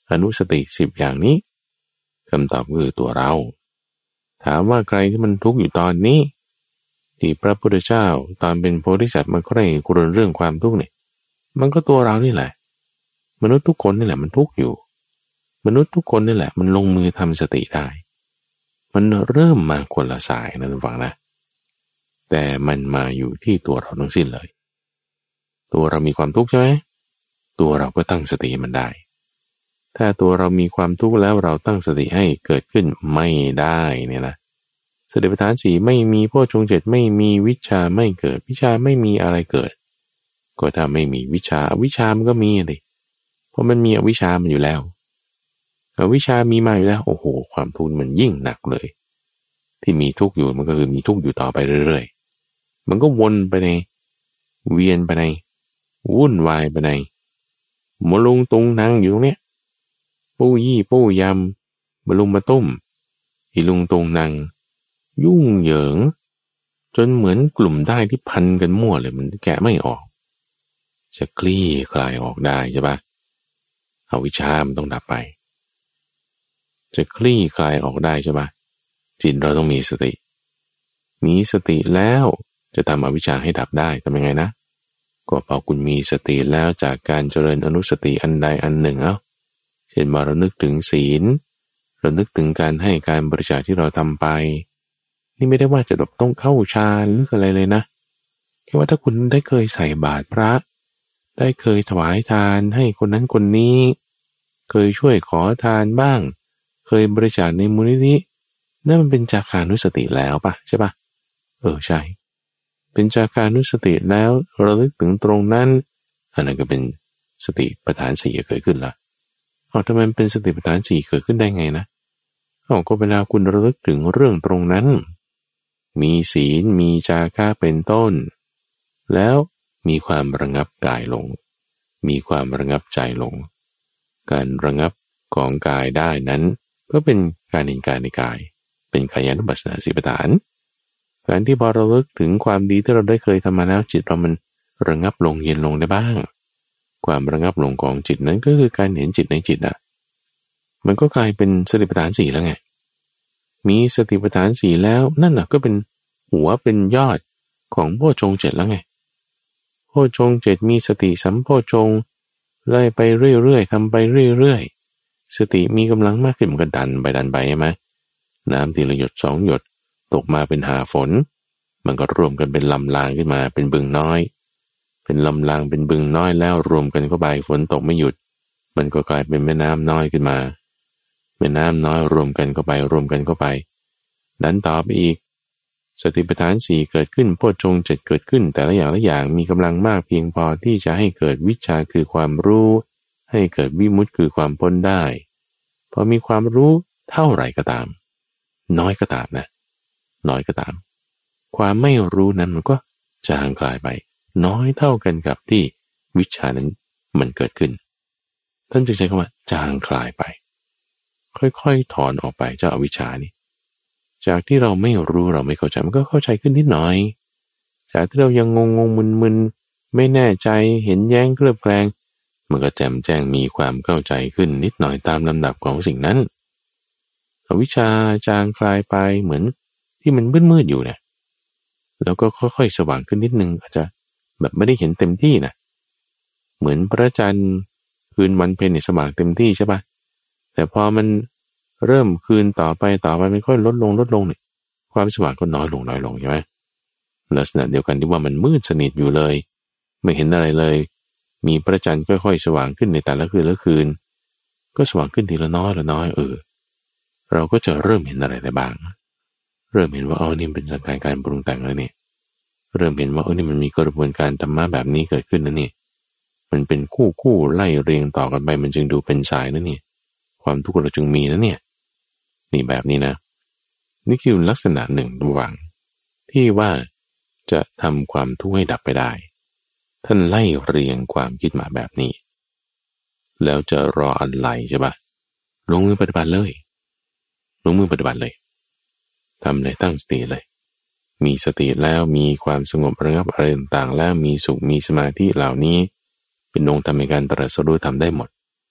อนุสติสิบอย่างนี้คำตอบคือตัวเราถามว่าใครที่มันทุกข์อยู่ตอนนี้ที่พระพุทธเจ้าตอนเป็นโพธิสัตว์มาใคร่ครวญเรื่องความทุกข์เนี่ยมันก็ตัวเรานี่แหละมนุษย์ทุกคนนี่แหละมันทุกข์อยู่มนุษย์ทุกคนนี่แหละมันลงมือทำสติได้มันเริ่มมาคนละสายนะทุกฝังนะแต่มันมาอยู่ที่ตัวเราทั้งสิ้นเลยตัวเรามีความทุกข์ใช่ไหมตัวเราก็ตั้งสติมันได้ถ้าตัวเรามีความทุกข์แล้วเราตั้งสติให้เกิดขึ้นไม่ได้เนี่ยนะสติปัฏฐานสี่ไม่มีโพชฌงค์เจ็ดไม่มีวิชาไม่เกิดวิชาไม่มีอะไรเกิดก็ถ้าไม่มีวิชาวิชามันก็มีเลยเพราะมันมีอวิชามันอยู่แล้วอวิชามีมาอยู่แล้วโอ้โหความทุกข์มันยิ่งหนักเลยที่มีทุกข์อยู่มันก็คือมีทุกข์อยู่ต่อไปเรื่อยๆมันก็วนไปในเวียนไปในวุ่นวายไปในมลุงตุงนางอยู่ตรงเนี้ยปู้ยี่ปู้ยำมาลุงมาตุ้มอีลุงตุงนางยุ่งเหยิงจนเหมือนกลุ่มได้ที่พันกันมั่วเลยมันแกะไม่ออกจะคลี่คลายออกได้ใช่ปะอวิชชามันต้องดับไปจะคลี่คลายออกได้ใช่ปะจิตเราต้องมีสติมีสติแล้วจะทำอวิชชาให้ดับได้ทำยังไงนะก็พอคุณมีสติแล้วจากการเจริญอนุสติอันใดอันหนึ่งเอ้าเช่นว่าเรานึกถึงศีลเรานึกถึงการให้การบริจาคที่เราทำไปนี่ไม่ได้ว่าจะต้องเข้าฌานหรืออะไรเลยนะแค่ว่าถ้าคุณได้เคยใส่บาตรพระได้เคยถวายทานให้คนนั้นคนนี้เคยช่วยขอทานบ้างเคยบริจาคในมูลนิธินั่นมันเป็นจาคานุสติแล้วปะใช่ปะเออใช่เป็นจาคานุสติแล้วระลึกถึงตรงนั้นอันนั้นก็เป็นสติปัฏฐานสี่เกิดขึ้นละเอาทำไมเป็นสติปัฏฐานสี่เกิดขึ้นได้ไงนะเอาก็เวลาคุณระลึกถึงเรื่องตรงนั้นมีศีลมีจาคะเป็นต้นแล้วมีความระงับกายลงมีความระงับใจลงการระงับของกายได้นั้นก็เป็นการเห็นกายในกายเป็นกายานุปัสสนาสติปัฏฐานการที่พอเราเลิกถึงความดีที่เราได้เคยทำมาแล้วจิตเรามันระงับลงเย็นลงได้บ้างความระงับลงของจิตนั้นก็คือการเห็นจิตในจิตอ่ะมันก็กลายเป็นสติปัฏฐานสี่แล้วไงมีสติปัฏฐานสี่แล้วนั่นน่ะก็เป็นหัวเป็นยอดของโพชฌงค์เจ็ดแล้วไงโพชฌงค์เจ็ดมีสติสัมโพชฌงค์ไล่ไปเรื่อยๆทำไปเรื่อยๆสติมีกำลังมากขึ้นมันก็ดันไปดันไปใช่ไหมน้ำทีละหยดสองหยดตกมาเป็นหาฝนมันก็รวมกันเป็นลำรางขึ้นมาเป็นบึงน้อยเป็นลำรางเป็นบึงน้อยแล้วรวมกันเข้าไปฝนตกไม่หยุดมันก็กลายเป็นแม่น้ำน้อยขึ้นมาแม่น้ำน้อยรวมกันเข้าไปรวมกันเข้าไปดันต่อไปอีกสติปัฏฐานสี่เกิดขึ้นโพชฌงค์เจ็ดเกิดขึ้นแต่ละอย่างละอย่างมีกำลังมากเพียงพอที่จะให้เกิดวิชาคือความรู้ให้เกิดวิมุตติคือความพ้นได้พอมีความรู้เท่าไหร่ก็ตามน้อยก็ตามนะน้อยก็ตามความไม่รู้นั้นมันก็จางคลายไปน้อยเท่ากันกับที่วิชานั้นมันเกิดขึ้นท่านจึงใช้คำว่าจางคลายไปค่อยๆถอนออกไปเจ้าอวิชชานี่จากที่เราไม่รู้เราไม่เข้าใจมันก็เข้าใจขึ้นนิดหน่อยจากที่เรายังงงงมึนมึนไม่แน่ใจเห็นแย้งเคลือบแคลงมันก็แจ่มแจ้งมีความเข้าใจขึ้นนิดหน่อยตามลำดับของสิ่งนั้นอวิชชาจางคลายไปเหมือนที่มันมืดๆอยู่เนี่ยแล้วก็ค่อยๆสว่างขึ้นนิดนึงอาจจะแบบไม่ได้เห็นเต็มที่นะเหมือนพระจันทร์คืนวันเพ็ญสว่างเต็มที่ใช่ปะแต่พอมันเริ่มคืนต่อไปต่อไปมันค่อยลดลงลดลงเนี่ยความสว่างก็น้อยลงน้อยลงใช่ไหมลักษณะเดียวกันที่ว่ามันมืดสนิทอยู่เลยไม่เห็นอะไรเลยมีพระจันทร์ค่อยๆสว่างขึ้นในแต่ละคืนละคืนก็สว่างขึ้นทีละน้อยละน้อยเออเราก็จะเริ่มเห็นอะไรได้บ้างเริ่มเห็นว่าอ๋อนี่เป็นสังขารการปรุงแต่งแล้วเนี่ยเริ่มเห็นว่าเออนี่มันมีกระบวนการธรรมะแบบนี้เกิดขึ้นนะนี่มันเป็นคู่คู่ไล่เรียงต่อกันไปมันจึงดูเป็นสายนะนี่ความทุกข์เราจึงมีนะเนี่ยนี่แบบนี้นะนี่คือลักษณะหนึ่งระหว่างที่ว่าจะทำความทุกข์ให้ดับไปได้ท่านไล่เรียงความคิดมาแบบนี้แล้วจะรออะไรใช่ปะลงมือปฏิบัติเลยลงมือปฏิบัติเลยทำเลยตั้งสติเลยมีสติแล้วมีความสงบระงับอะไรต่างๆแล้วมีสุขมีสมาธิเหล่านี้เป็นองค์ธรรมในการตรัสรู้ทำได้หมด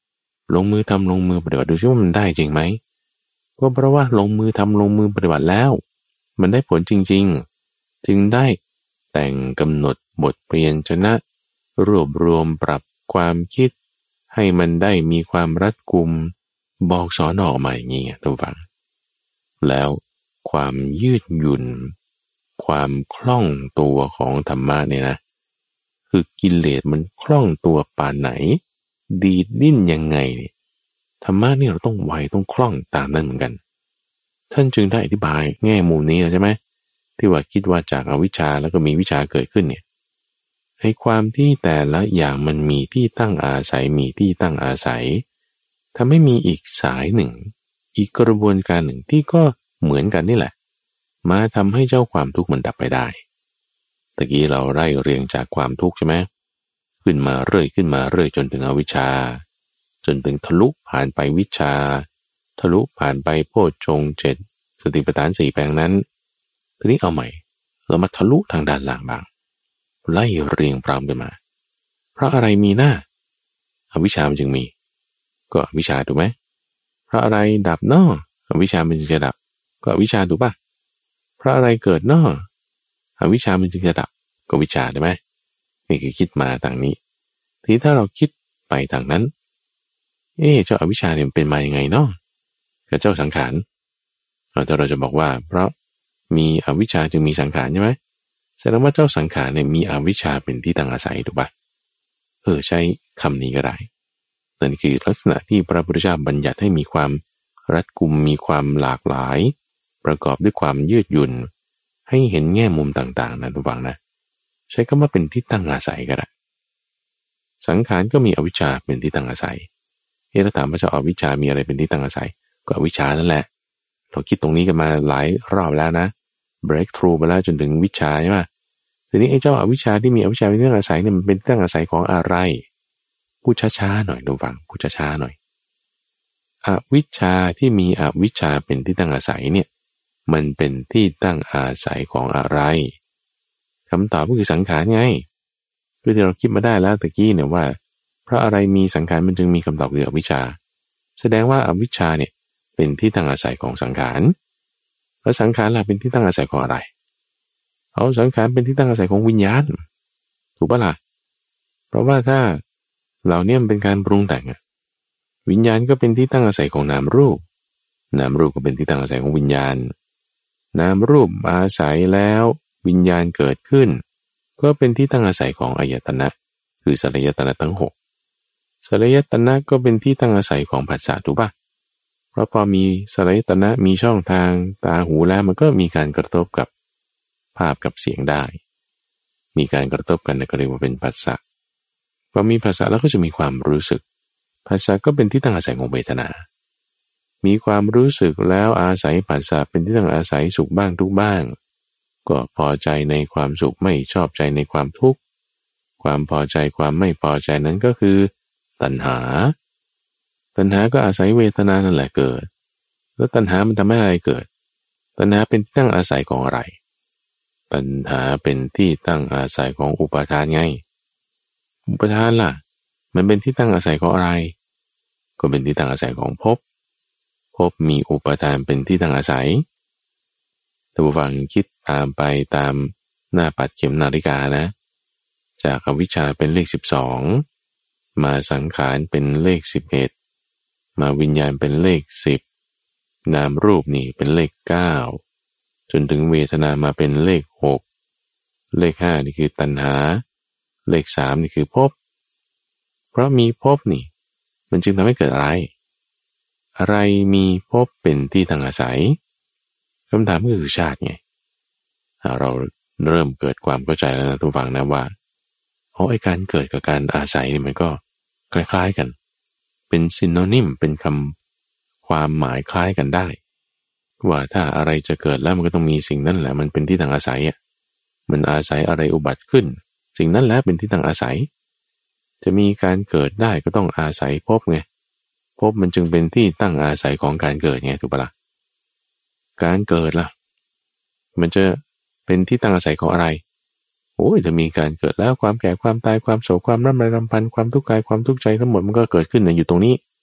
ลงมือทำลงมือปฏิบัติดูซิว่ามันได้จริงไหมก็เพราะว่าลงมือทำลงมือปฏิบัติแล้วมันได้ผลจริงๆจึงได้แต่งกำหนดบทเปลี่ยนชนะรวบรวมปรับความคิดให้มันได้มีความรัดกุมบอกสอนออกมาอย่างนี้ท่านฟังแล้วความยืดหยุ่นความคล่องตัวของธรรมะเนี่ยนะคือกิเลสมันคล่องตัวปานไหนดีดดิ้นยังไงเนี่ยธรรมะนี่เราต้องไวต้องคล่องตามนั้นเหมือนกันท่านจึงได้อธิบายแง่มุมนี้ใช่ไหมที่ว่าคิดว่าจากอวิชชาแล้วก็มีวิชาเกิดขึ้นเนี่ยให้ความที่แต่ละอย่างมันมีที่ตั้งอาศัยมีที่ตั้งอาศัยทำให้มีอีกสายหนึ่งอีกกระบวนการหนึ่งที่ก็เหมือนกันนี่แหละมาทำให้เจ้าความทุกข์มันดับไปได้ตะกี้เราไล่เรียงจากความทุกข์ใช่ไหมขึ้นมาเรื่อยขึ้นมาเรื่อยจนถึงอวิชชาจนถึงทะลุผ่านไปวิชชาทะลุผ่านไปโพชฌงค์เจ็ดสติปัฏฐานสี่แปลงนั้นทีนี้เอาใหม่เรามาทะลุทางด้านล่างบ้างไล่เรียงพร้อมกันมาเพราะอะไรมีหน้าอวิชชามันจึงมีก็อวิชชาถูกไหมเพราะอะไรดับเนาะอวิชชามันจึงจะดับก็อวิชชาถูกป่ะเพราะอะไรเกิดเนาะอวิชชามันจึงจะดับก็วิชชาใช่ไหมนี่คือคิดมาทางนี้ทีนี้ถ้าเราคิดไปทางนั้นเอ๊ะเจ้าอวิชชาเนี่ยเป็นมาอย่างไงเนาะกับเจ้าสังขารแต่เราจะบอกว่าเพราะมีอวิชชาจึงมีสังขารใช่ไหมแสดงว่าเจ้าสังขารเนี่ยมีอวิชชาเป็นที่ตั้งอาศัยถูกป่ะเออใช้คำนี้ก็ได้นั่นคือลักษณะที่พระพุทธเจ้าบัญญัติให้มีความรัดกุมมีความหลากหลายประกอบด้วยความยืดหยุ่นให้เห็นแง่มุมต่างๆนะทุกฝังนะใช้คำว่าเป็นที่ตั้งอาศัยก็ได้สังขารก็มีอวิชชาเป็นที่ตั้งอาศัยเอ๊ะถ้าถามว่าเจ้าอวิชชามีอะไรเป็นที่ตั้งอาศัยก็อวิชชานั่นแหละเราคิดตรงนี้กันมาหลายรอบแล้วนะ break through ไปแล้วจนถึงวิชชาใช่ไหมทีนี้ไอ้เจ้าอวิชชาที่มีอวิชชาเป็นที่ตั้งอาศัยเนี่ยมันเป็นที่ตั้งอาศัยของอะไรพูดช้าๆหน่อยดูฟังพูดช้าๆหน่อยอวิชชาที่มีอวิชชาเป็นที่ตั้งอาศัยเนี่ยมันเป็นที่ตั้งอาศัยของอะไรคำตอบก็คือสังขารไงคือที่เราคิดมาได้แล้วตะกี้เนี่ยว่าเพราะอะไรมีสังขารมันจึงมีคำตอบคืออวิชชาแสดงว่าอวิชชาเนี่ยเป็นที่ตั้งอาศัยของสังขารแล้วสังขารล่ะเป็นที่ตั้งอาศัยของอะไรเอาสังขารเป็นที่ตั้งอาศัยของวิญญาณถูกปะล่ะเพราะว่าถ้าเหล่านี้มันเป็นการปรุงแต่งวิญญาณก็เป็นที่ตั้งอาศัยของนามรูปนามรูปก็เป็นที่ตั้งอาศัยของวิญญาณนามรูปอาศัยแล้ววิญญาณเกิดขึ้นก็เป็นที่ตั้งอาศัยของอายตนะคือสลายตนะทั้งหกสลายตนะก็เป็นที่ตั้งอาศัยของผัสสะถูกปะเพราะพอมีสลายตนะมีช่องทางตาหูแล้วมันก็มีการกระทบกับภาพกับเสียงได้มีการกระทบกันก็เรียกว่าเป็นผัสสะพอมีผัสสะแล้วก็จะมีความรู้สึกผัสสะก็เป็นที่ตั้งอาศัยของเวทนามีความรู้สึกแล้วอาศัยผัสสะเป็นที่ตั้งอาศัยสุขบ้างทุกบ้างก็พอใจในความสุขไม่ชอบใจในความทุกข์ความพอใจความไม่พอใจนั้นก็คือตัณหาตัณหาก็อาศัยเวทนานั่นแหละเกิดแล้วตัณหามันทำให้อะไรเกิดตัณหาเป็นที่ตั้งอาศัยของอะไรตัณหาเป็นที่ตั้งอาศัยของอุปาทานไงอุปาทานล่ะมันเป็นที่ตั้งอาศัยของอะไรก็เป็นที่ตั้งอาศัยของภพภพมีอุปาทานเป็นที่ตั้งอาศัยถ้าผู้ฟังคิดตามไปตามหน้าปัดเข็มนาฬิกานะจากอวิชชาเป็นเลขสิบสองมาสังขารเป็นเลขสิบเอ็ดมาวิญญาณเป็นเลขสิบนามรูปนี่เป็นเลขเก้าจนถึงเวทนามาเป็นเลขหกเลขห้านี่คือตัณหาเลขสามนี่คือภพเพราะมีภพนี่มันจึงทำให้เกิดอะไรอะไรมีภพเป็นที่ตั้งอาศัยคำถามก็คือชาติไงเราเริ่มเกิดความเข้าใจแล้วนะทุกฝั่งนะว่าเพราะไอ้การเกิดกับการอาศัยนี่มันก็คล้ายๆกันเป็นซินโนนิมเป็นคำความหมายคล้ายกันได้ว่าถ้าอะไรจะเกิดแล้วมันก็ต้องมีสิ่งนั้นแหละมันเป็นที่ตั้งอาศัยอ่ะมันอาศัยอะไรอุบัติขึ้นสิ่งนั้นแหละเป็นที่ตั้งอาศัยจะมีการเกิดได้ก็ต้องอาศัยภพไงภพมันจึงเป็นที่ตั้งอาศัยของการเกิดไงถูกปะล่ะการเกิดล่ะมันจะเป็นที่ตั้งอาศัยของอะไรโอ้ยจะมีการเกิดแล้วความแก่ความตายความโศกความร่ำไรรำพันความทุกข์กายความทุกข์ใจทั้งหมดมันก็เกิดขึ้นอยู่ตรงนี้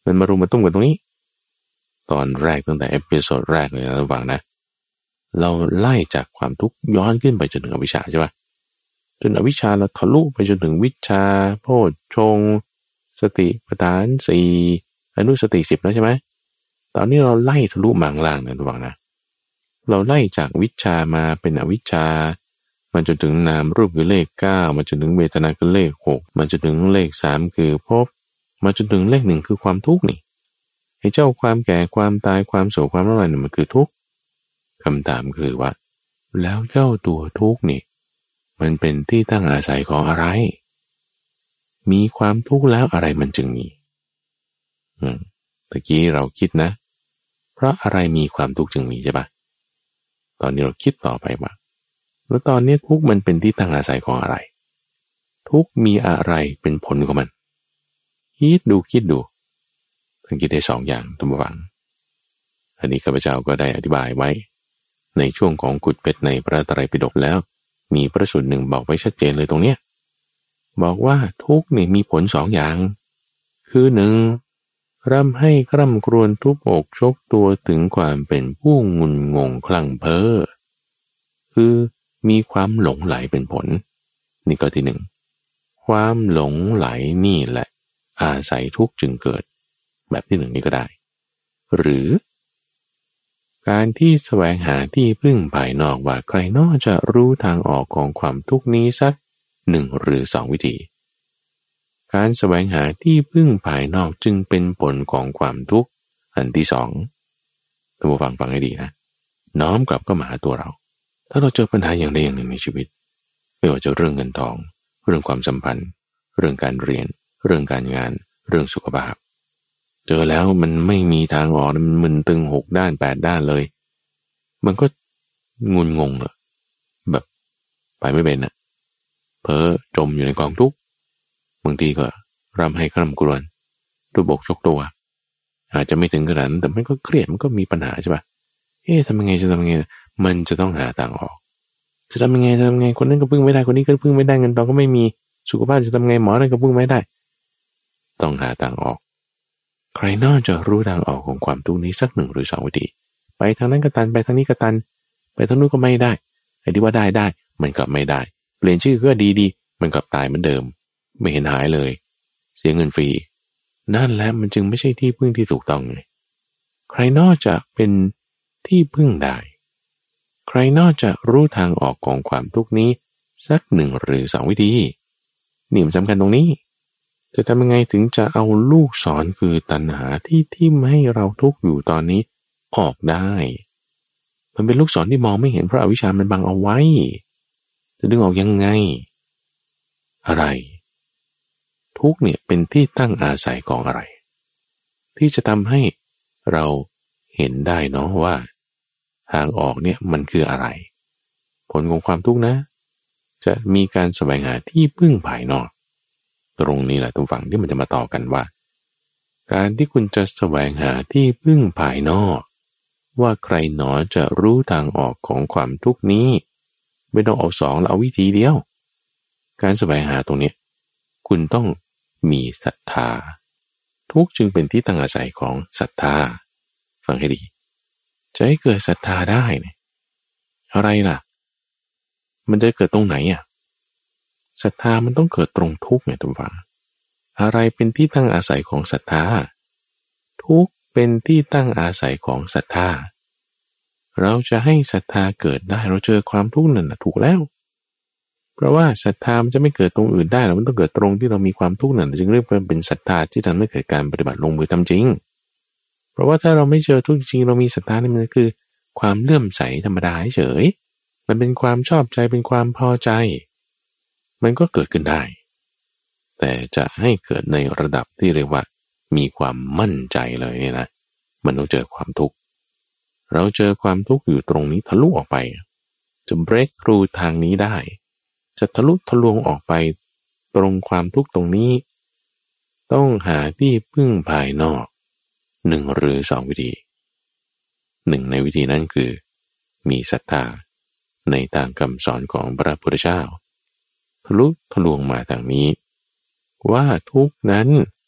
มันมารุมมาตุ้มกันตรงนี้ตอนแรกตั้งแต่เอพิโซดแรกเลยนะระหว่างนะเราไล่จากความทุกข์ย้อนขึ้นไปจนถึงอวิชชาใช่ปะจนอวิชชาเราทะลุไปจนถึงวิชชาโพชฌงค์สติปัฏฐานสี่อนุสติสิบแล้วใช่ไหมตอนนี้เราไล่ทะลุมังล่างนะระหว่างนะเราไล่จากวิชชามาเป็นอวิชชามันจนถึงนามรูปคือเลขเก้ามาจนถึงเวทนาคือเลขหกมาจนถึงเลขสามคือภพมาจนถึงเลขหนึ่งคือความทุกข์นี่ไอ้เจ้าความแก่ความตายความโศกความร้อนเนี่ยมันคือทุกข์คำถามคือว่าแล้วเจ้าตัวทุกข์นี่มันเป็นที่ตั้งอาศัยของอะไรมีความทุกข์แล้วอะไรมันจึงมีอืมตะกี้เราคิดนะเพราะอะไรมีความทุกข์จึงมีใช่ปะตอนนี้เราคิดต่อไปว่าแล้วตอนนี้ทุกข์มันเป็นที่ตั้งอาศัยของอะไรทุกข์มีอะไรเป็นผลของมันคิดดูคิดดูทั้งคิดได้สองอย่างทุกฝังอันนี้ข้าพเจ้าก็ได้อธิบายไว้ในช่วงของกุฎเพชรในพระไตรปิฎกแล้วมีพระสูตรหนึ่งบอกไว้ชัดเจนเลยตรงเนี้ยบอกว่าทุกข์นี่มีผลสองอย่างคือหนึ่งร่ำให้คร่ำครวญทุบอกชกตัวถึงความเป็นผู้งุนงงคลั่งเพ้อคือมีความหลงไหลเป็นผลนี่ก็ที่หนึ่งความหลงไหลนี่แหละอาศัยทุกข์จึงเกิดแบบที่หนึ่งนี้ก็ได้หรือการที่แสวงหาที่พึ่งภายนอกว่าใครนอกจะรู้ทางออกของความทุกข์นี้สักหนึ่งหรือสองวิธีการแสวงหาที่พึ่งภายนอกจึงเป็นผลของความทุกข์อันที่สองท่านผู้ฟังฟังให้ดีนะน้อมกลับก็มาหาตัวเราถ้าเราเจอปัญหาอย่างใดอย่างหนึ่งในชีวิตไม่ว่าจะเรื่องเงินทองเรื่องความสัมพันธ์เรื่องการเรียนเรื่องการงานเรื่องสุขภาพเจอแล้วมันไม่มีทางออกมันมึนตึงหกด้านแปดด้านเลยมันก็งุนงงอะแบบไปไม่เป็นอะเพ้อจมอยู่ในกองทุกข์บางทีก็รำให้คร่ำครวญตัวบกชกตัวอาจจะไม่ถึงขนาดนั้นแต่มันก็เครียดมันก็มีปัญหาใช่ปะเอ๊ะทำยังไงจะทำยังไงมันจะต้องหาทางออกจะทำยังไงจะทำยังไงคนนั้นก็พึ่งไม่ได้คนนี้ก็พึ่งไม่ได้เงินทองก็ไม่มีสุขภาพจะทำไงหมอนั่นก็พึ่งไม่ได้ต้องหาทางออกใครน่าจะรู้ทางออกของความทุกข์นี้สักหนึ่งหรือสองวิธีไปทางนั้นก็ตันไปทางนี้ก็ตันไปทางนู้นก็ไม่ได้ไอ้ที่ว่าได้ได้มันกลับไม่ได้เปลี่ยนชื่อก็ดีดีมันกลับตายเหมือนเดิมไม่เห็นหายเลยเสียเงินฟรีนั่นแหละมันจึงไม่ใช่ที่พึ่งที่ถูกต้องไงใครนอกจะเป็นที่พึ่งได้ใครนอกจะรู้ทางออกของความทุกข์นี้สักหนึ่งหรือสองวิธีนี่มันสำคัญตรงนี้จะทำยังไงถึงจะเอาลูกศรคือตัณหาที่ทิ่มให้เราทุกข์อยู่ตอนนี้ออกได้มันเป็นลูกศรที่มองไม่เห็นเพราะอวิชชามันบังเอาไว้จะดึงออกยังไงอะไรทุกข์เนี่ยเป็นที่ตั้งอาศัยของอะไรที่จะทำให้เราเห็นได้เนาะว่าทางออกเนี่ยมันคืออะไรผลของความทุกข์นะจะมีการแสวงหาที่พึ่งภายนอกตรงนี้แหละตรงฝั่งที่มันจะมาต่อกันว่าการที่คุณจะแสวงหาที่พึ่งภายนอกว่าใครหนอจะรู้ทางออกของความทุกข์นี้ไม่ต้องเอาสองแล้วเอาวิธีเดียวการแสวงหาตรงนี้คุณต้องมีศรัทธาทุกจึงเป็นที่ตั้งอาศัยของศรัทธาฟังให้ดีจะให้เกิดศรัทธาได้เนี่ยอะไรล่ะมันจะเกิดตรงไหนอ่ะศรัทธามันต้องเกิดตรงทุกข์เนี่ยทุกฝังอะไรเป็นที่ตั้งอาศัยของศรัทธาทุกเป็นที่ตั้งอาศัยของศรัทธาเราจะให้ศรัทธาเกิดได้เราเจอความทุกข์นั่นนะถูกแล้วเพราะว่าศรัทธามันจะไม่เกิดตรงอื่นได้หรอกมันต้องเกิดตรงที่เรามีความทุกข์นั่นจึงเรียกว่าเป็นศรัทธาที่ทำให้เกิดการปฏิบัติลงมือทำจริงเพราะว่าถ้าเราไม่เจอทุกข์จริงเรามีศรัทธานี่มันคือความเลื่อมใสธรรมดาเฉยมันเป็นความชอบใจเป็นความพอใจมันก็เกิดขึ้นได้แต่จะให้เกิดในระดับที่เรียกว่ามีความมั่นใจเลยเนี่ยนะมันต้องเจอความทุกข์เราเจอความทุกข์อยู่ตรงนี้ทะลุออกไปจะ break through ทางนี้ได้จะทะลุทะลวงออกไปตรงความทุกข์ตรงนี้ต้องหาที่พึ่งภายนอกหนึ่งหรือสองวิธีหนึ่งในวิธีนั้นคือมีศรัทธาในทางคำสอนของพระพุทธเจ้าทะลุทะลวงมาทางนี้ว่าทุกนั้น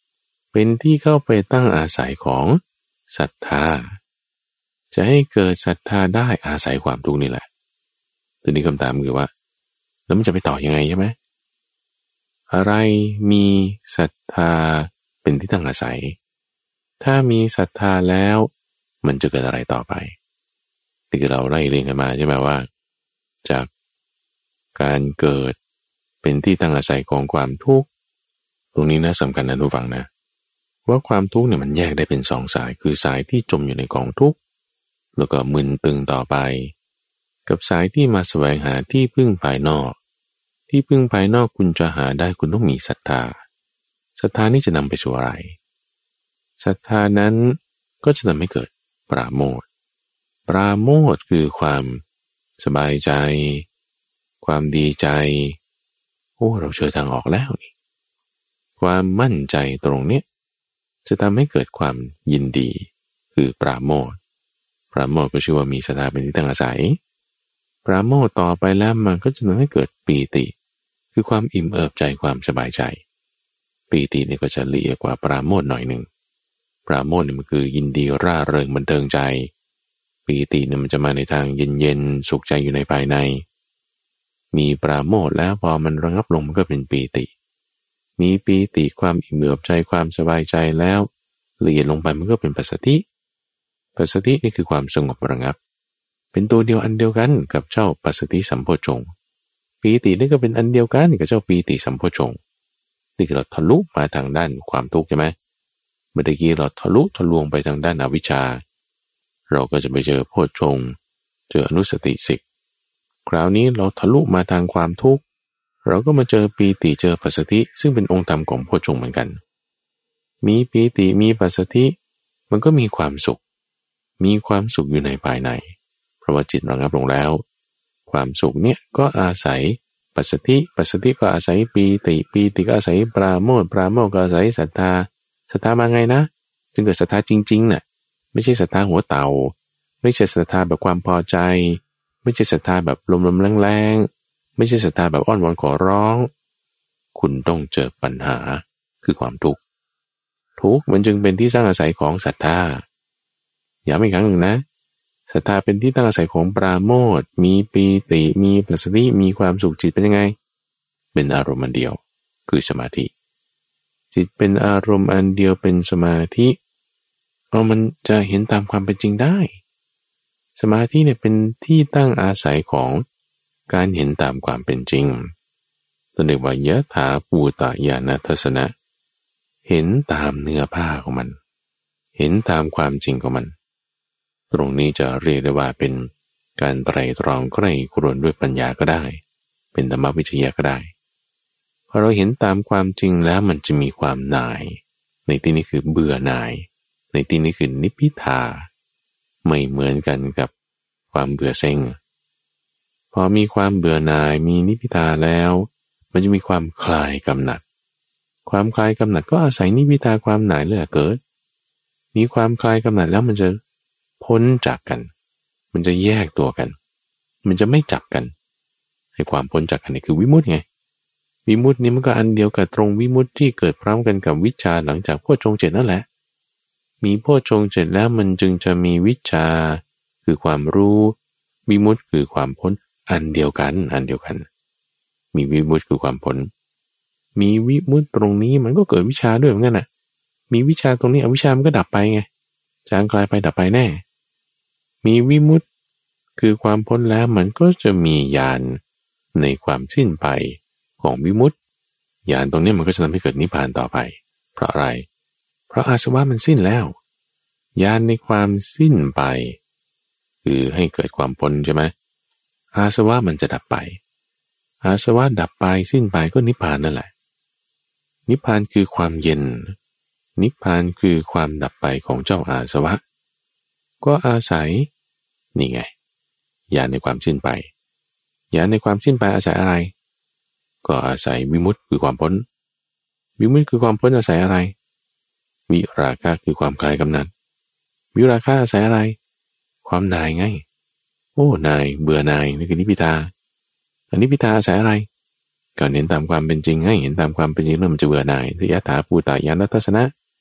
เป็นที่เข้าไปตั้งอาศัยของศรัทธาจะให้เกิดศรัทธาได้อาศัยความทุกข์นี่แหละทีนี้คำถามคือว่าแล้วมันจะไปต่อยังไงใช่ไหมอะไรมีศรัทธาเป็นที่ตั้งอาศัยถ้ามีศรัทธาแล้วมันจะเกิดอะไรต่อไปที่เราไล่เรียงกันมาใช่ไหมว่าจากการเกิดเป็นที่ตั้งอาศัยของความทุกข์ตรงนี้นะสำคัญนะทุกฝังนะว่าความทุกข์เนี่ยมันแยกได้เป็นสองสายคือสายที่จมอยู่ในกองทุกข์แล้วก็มึนตึงต่อไปกับสายที่มาแสวงหาที่พึ่งภายนอกที่พึ่งภายนอกคุณจะหาได้คุณต้องมีศรัทธาศรัทธานี่จะนำไปสู่อะไรศรัทธานั้นก็จะทำให้เกิดปราโมทย์ปราโมทย์คือความสบายใจความดีใจโอ้เราเจอทางออกแล้วนี่ความมั่นใจตรงเนี้ยจะทำให้เกิดความยินดีคือปราโมทย์ปราโมทย์ก็ชื่อว่ามีศรัทธาเป็นที่ตั้งอาศัยปราโมทย์ต่อไปแล้วมันก็จะทำให้เกิดปีติคือความอิ่มเอิบใจความสบายใจปีตินี่ก็จะละเอียดกว่าปราโมทย์หน่อยหนึ่งปราโมทย์นี่มันคือยินดีร่าเริงบันเทิงใจปีติเนี่ยมันจะมาในทางเย็นๆสุขใจอยู่ในภายในมีปราโมทย์แล้วพอมันระงับลงมันก็เป็นปีติมีปีติความอิ่มเอิบใจความสบายใจแล้วละเอียดลงไปมันก็เป็นปัสสติปัสสตินี่คือความสงบระงับเป็นตัวเดียวอันเดียวกันกับเจ้าปัสสติสัมโพชฌงค์ปีตินี่ก็เป็นอันเดียวกันกับเจ้าปีติสัมโพชฌงค์นี่คือเราทะลุมาทางด้านความทุกข์ใช่ไหมเมื่อกี้เราทะลุทะลวงไปทางด้านอวิชชาเราก็จะไปเจอโพชฌงค์เจออนุสติสิกคราวนี้เราทะลุมาทางความทุกข์เราก็มาเจอปีติเจอปัสสติซึ่งเป็นองค์ธรรมของโพชฌงค์เหมือนกันมีปีติมีปัสสติมันก็มีความสุขมีความสุขอยู่ในภายในเพราะว่าจิตระงับลงแล้วความสุขเนี่ยก็อาศัยปัสสติปัสสติก็อาศัยปีติปีติก็อาศัยปราโมทย์ปราโมทย์ก็อาศัยศรัทธาศรัทธามาไงนะจึงเกิดศรัทธาจริงๆน่ะไม่ใช่ศรัทธาหัวเต่าไม่ใช่ศรัทธาแบบความพอใจไม่ใช่ศรัทธาแบบลมๆแรงๆไม่ใช่ศรัทธาแบบอ้อนวอนขอร้องคุณต้องเจอปัญหาคือความทุกข์ทุกข์มันจึงเป็นที่สร้างอาศัยของศรัทธาย้ำอีกครั้งหนึ่งนะศรัทธาเป็นที่ตั้งอาศัยของปราโมทย์มีปีติมีปัสสติมีความสุขจิตเป็นยังไงเป็นอารมณ์อันเดียวคือสมาธิจิตเป็นอารมณ์อันเดียวเป็นสมาธิเอามันจะเห็นตามความเป็นจริงได้สมาธิเนี่ยเป็นที่ตั้งอาศัยของการเห็นตามความเป็นจริงตัวเรียกว่ายะถาปูตญาณทัสนะเห็นตามเนื้อผ้าของมันเห็นตามความจริงของมันตรงนี้จะเรียกได้ว่าเป็นการไตร่ตรองใคร่ครวญด้วยปัญญาก็ได้เป็นธรรมวิจยะก็ได้พอเราเห็นตามความจริงแล้วมันจะมีความหน่ายในที่นี้คือเบื่อหน่ายในที่นี้คือนิพพิทาไม่เหมือนกันกับความเบื่อเซ็งพอมีความเบื่อหน่ายมีนิพพิทาแล้วมันจะมีความคลายกำหนัดความคลายกำหนัดก็อาศัยนิพพิทาความหน่ายเลื่อเกิดมีความคลายกำหนัดแล้วมันจะพ้นจากกันมันจะแยกตัวกันมันจะไม่จับกันให้ความพ้นจากกันนี่คือวิมุตติไงวิมุตตินี้มันก็อันเดียวกับตรงวิมุตติที่เกิดพร้อมกันกับวิชชาหลังจากโพชฌงค์เจ็ดนั่นแหละมีโพชฌงค์เจ็ดแล้วมันจึงจะมีวิชชาคือความรู้วิมุตติคือความพ้นอันเดียวกันอันเดียวกันมีวิมุตติคือความพ้นมีวิมุตติตรงนี้มันก็เกิดวิชาด้วยเหมือนกันน่ะมีวิชาตรงนี้อวิชามันก็ดับไปไงจางกลายไปดับไปแน่มีวิมุตติคือความพ้นแล้วมันก็จะมีญาณในความสิ้นไปของวิมุตติญาณตรงนี้มันก็จะทำให้เกิดนิพพานต่อไปเพราะอะไรเพราะอาสวะมันสิ้นแล้วญาณในความสิ้นไปคือให้เกิดความพ้นใช่ไหมอาสวะมันจะดับไปอาสวะดับไปสิ้นไปก็นิพพานนั่นแหละนิพพานคือความเย็นนิพพานคือความดับไปของเจ้าอาสวะก็อาศัยนี่ไงญาณในความสิ้นไปญาณในความสิ้นไปอาศัยอะไรก็อาศัยวิมุตติคือความพ้นวิมุตติคือความพ้นอาศัยอะไรวิราคะคือความคลายกำหนัดวิราคะอาศัยอะไรความหน่ายไงโอ้หน่ายเบื่อหน่ายนี่คือนิพพิทาอันนิพพิทาอาศัยอะไรก็เห็นตามความเป็นจริงให้เห็นตามความเป็นจริงแล้วมันจะเบื่อหน่ายยะถาปูตญาณทัสนะ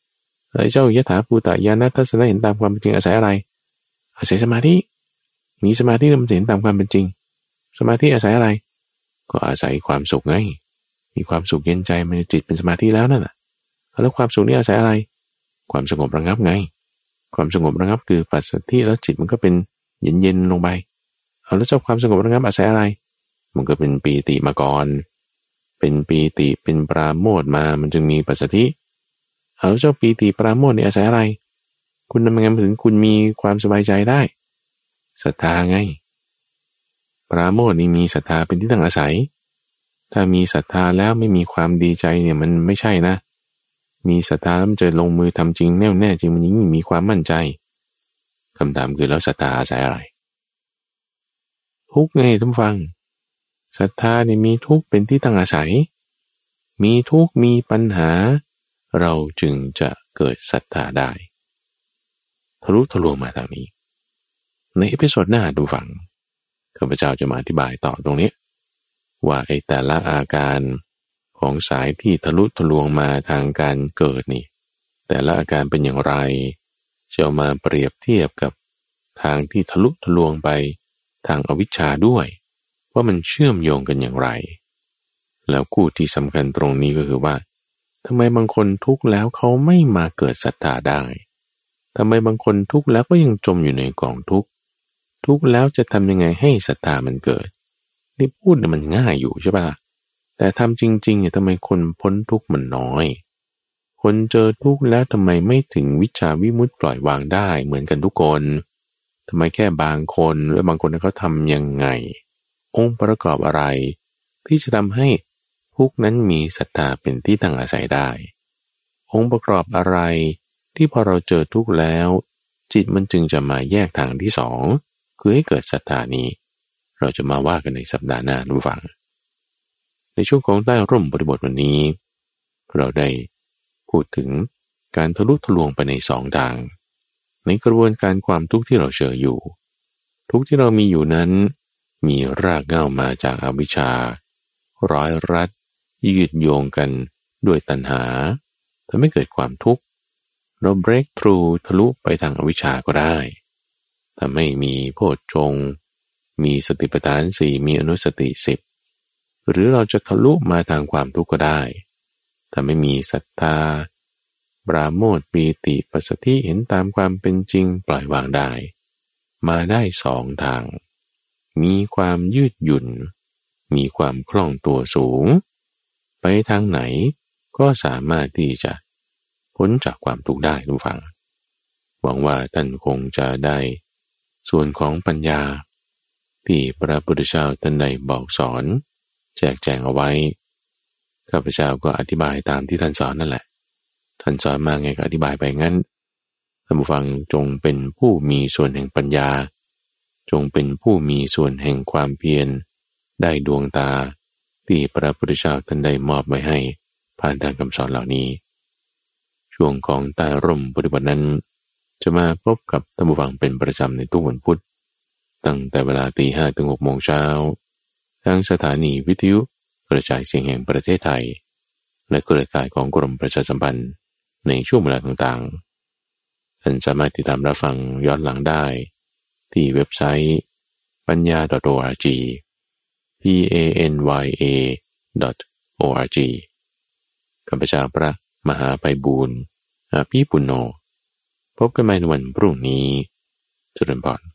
ไอ้เจ้ายถาภูตญาณทัศนะเห็นตามความเป็นจริงอาศัยอะไรอาศัยสมาธิมีสมาธิมันจะเห็นตามความเป็นจริงสมาธิอาศัยอะไรก็อาศัยความสุขไงมีความสุขเย็นใจมันจิตเป็นสมาธิแล้วนั่นแหละแล้วความสุขนี่อาศัยอะไรความสงบระงับไงความสงบระงับคือปัสสัทธิแล้วจิตมันก็เป็นเย็นๆลงไปเอาแล้วเจ้าความสงบระงับอาศัยอะไรมันก็เป็นปีติมาก่อนเป็นปีติเป็นปราโมทย์มามันจึงมีปัสสัทธิเอาแล้วเจ้าปีติปราโมทย์นี่อาศัยอะไรคุณทำยังไงถึงคุณมีความสบายใจได้ศรัทธาไงปราโมทย์นี่มีศรัทธาเป็นที่ตั้งอาศัยถ้ามีศรัทธาแล้วไม่มีความดีใจเนี่ยมันไม่ใช่นะมีศรัทธาแล้วมันจะลงมือทำจริงแน่วแน่จริงมันยิ่งมีความมั่นใจคำถามคือแล้วศรัทธาอาศัยอะไรทุกข์ไงท่านฟังศรัทธาเนี่ยมีทุกข์เป็นที่ตั้งอาศัยมีทุกข์มีปัญหาเราจึงจะเกิดศรัทธาได้ทะลุทะลวงมาทางนี้ในเอพิโซดหน้าดูฟังข้าพเจ้าจะมาอธิบายต่อตรงนี้ว่าไอ้แต่ละอาการของสายที่ทะลุทะลวงมาทางการเกิดนี่แต่ละอาการเป็นอย่างไรจะมาเปรียบเทียบกับทางที่ทะลุทะลวงไปทางอวิชชาด้วยว่ามันเชื่อมโยงกันอย่างไรแล้วคู่ที่สำคัญตรงนี้ก็คือว่าทำไมบางคนทุกข์แล้วเขาไม่มาเกิดศรัทธาได้ทำไมบางคนทุกข์แล้วก็ยังจมอยู่ในกองทุกข์ทุกข์แล้วจะทำยังไงให้ศรัทธามันเกิดนี่พูดมันง่ายอยู่ใช่ปะล่ะแต่ทำจริงๆเนี่ยทำไมคนพ้นทุกข์มันน้อยคนเจอทุกข์แล้วทำไมไม่ถึงวิชาวิมุตติปล่อยวางได้เหมือนกันทุกคนทำไมแค่บางคนหรือบางคนเขาทำยังไงองค์ประกอบอะไรที่จะทำให้ทุกข์นั้นมีศรัทธาเป็นที่ตั้งอาศัยได้องค์ประกอบอะไรที่พอเราเจอทุกข์แล้วจิตมันจึงจะมาแยกทางที่สองคือให้เกิดศรัทธานี้เราจะมาว่ากันในสัปดาห์หน้าดูฟังในช่วงของใต้ร่มบริบทวันนี้เราได้พูดถึงการทะลุทะลวงไปในสองทางในกระบวนการความทุกข์ที่เราเจออยู่ทุกข์ที่เรามีอยู่นั้นมีรากเหง้ามาจากอวิชชาร้อยรัดยืดโยงกันด้วยตัณหาทำให้เกิดความทุกข์เรา break through ทะลุไปทางอวิชชาก็ได้ทำให้มีโพชฌงค์มีสติปัฏฐานสี่มีอนุสติสิบหรือเราจะทะลุมาทางความทุกข์ก็ได้ทำให้มีศรัทธาปราโมทย์ปีติปัสสัทธิเห็นตามความเป็นจริงปล่อยวางได้มาได้สองทางมีความยืดหยุ่นมีความคล่องตัวสูงไปทางไหนก็สามารถที่จะพ้นจากความทุกข์ได้ทุกฝั่งหวังว่าท่านคงจะได้ส่วนของปัญญาที่พระพุทธเจ้าท่านได้บอกสอนแจกแจงเอาไว้ข้าพเจ้าก็อธิบายตามที่ท่านสอนนั่นแหละท่านสอนมาไงก็อธิบายไปงั้นท่านผู้ฟังจงเป็นผู้มีส่วนแห่งปัญญาจงเป็นผู้มีส่วนแห่งความเพียรได้ดวงตาที่พระพุทธเจ้าท่านได้มอบไว้ให้ผ่านทางคำสอนเหล่านี้ช่วงของใต้ร่มปฏิบัตินั้นจะมาพบกับท่านผู้ฟังเป็นประจำในทุกวันพุธตั้งแต่เวลาตีห้ถึงหกโมงเช้าทางสถานีวิทยุกระจายเสียงแห่งประเทศไทยและเครือข่ายของกรมประชาสัมพันธ์ในช่วงเวลาต่างๆท่านสามารถติดตามรับฟังย้อนหลังได้ที่เว็บไซต์ปัญญา .org p a n y a .org ข้าพเจ้าพระมหาไพบูลย์อาภีปุณโญพบกันใหม่ในวันพรุ่งนี้เจริญพร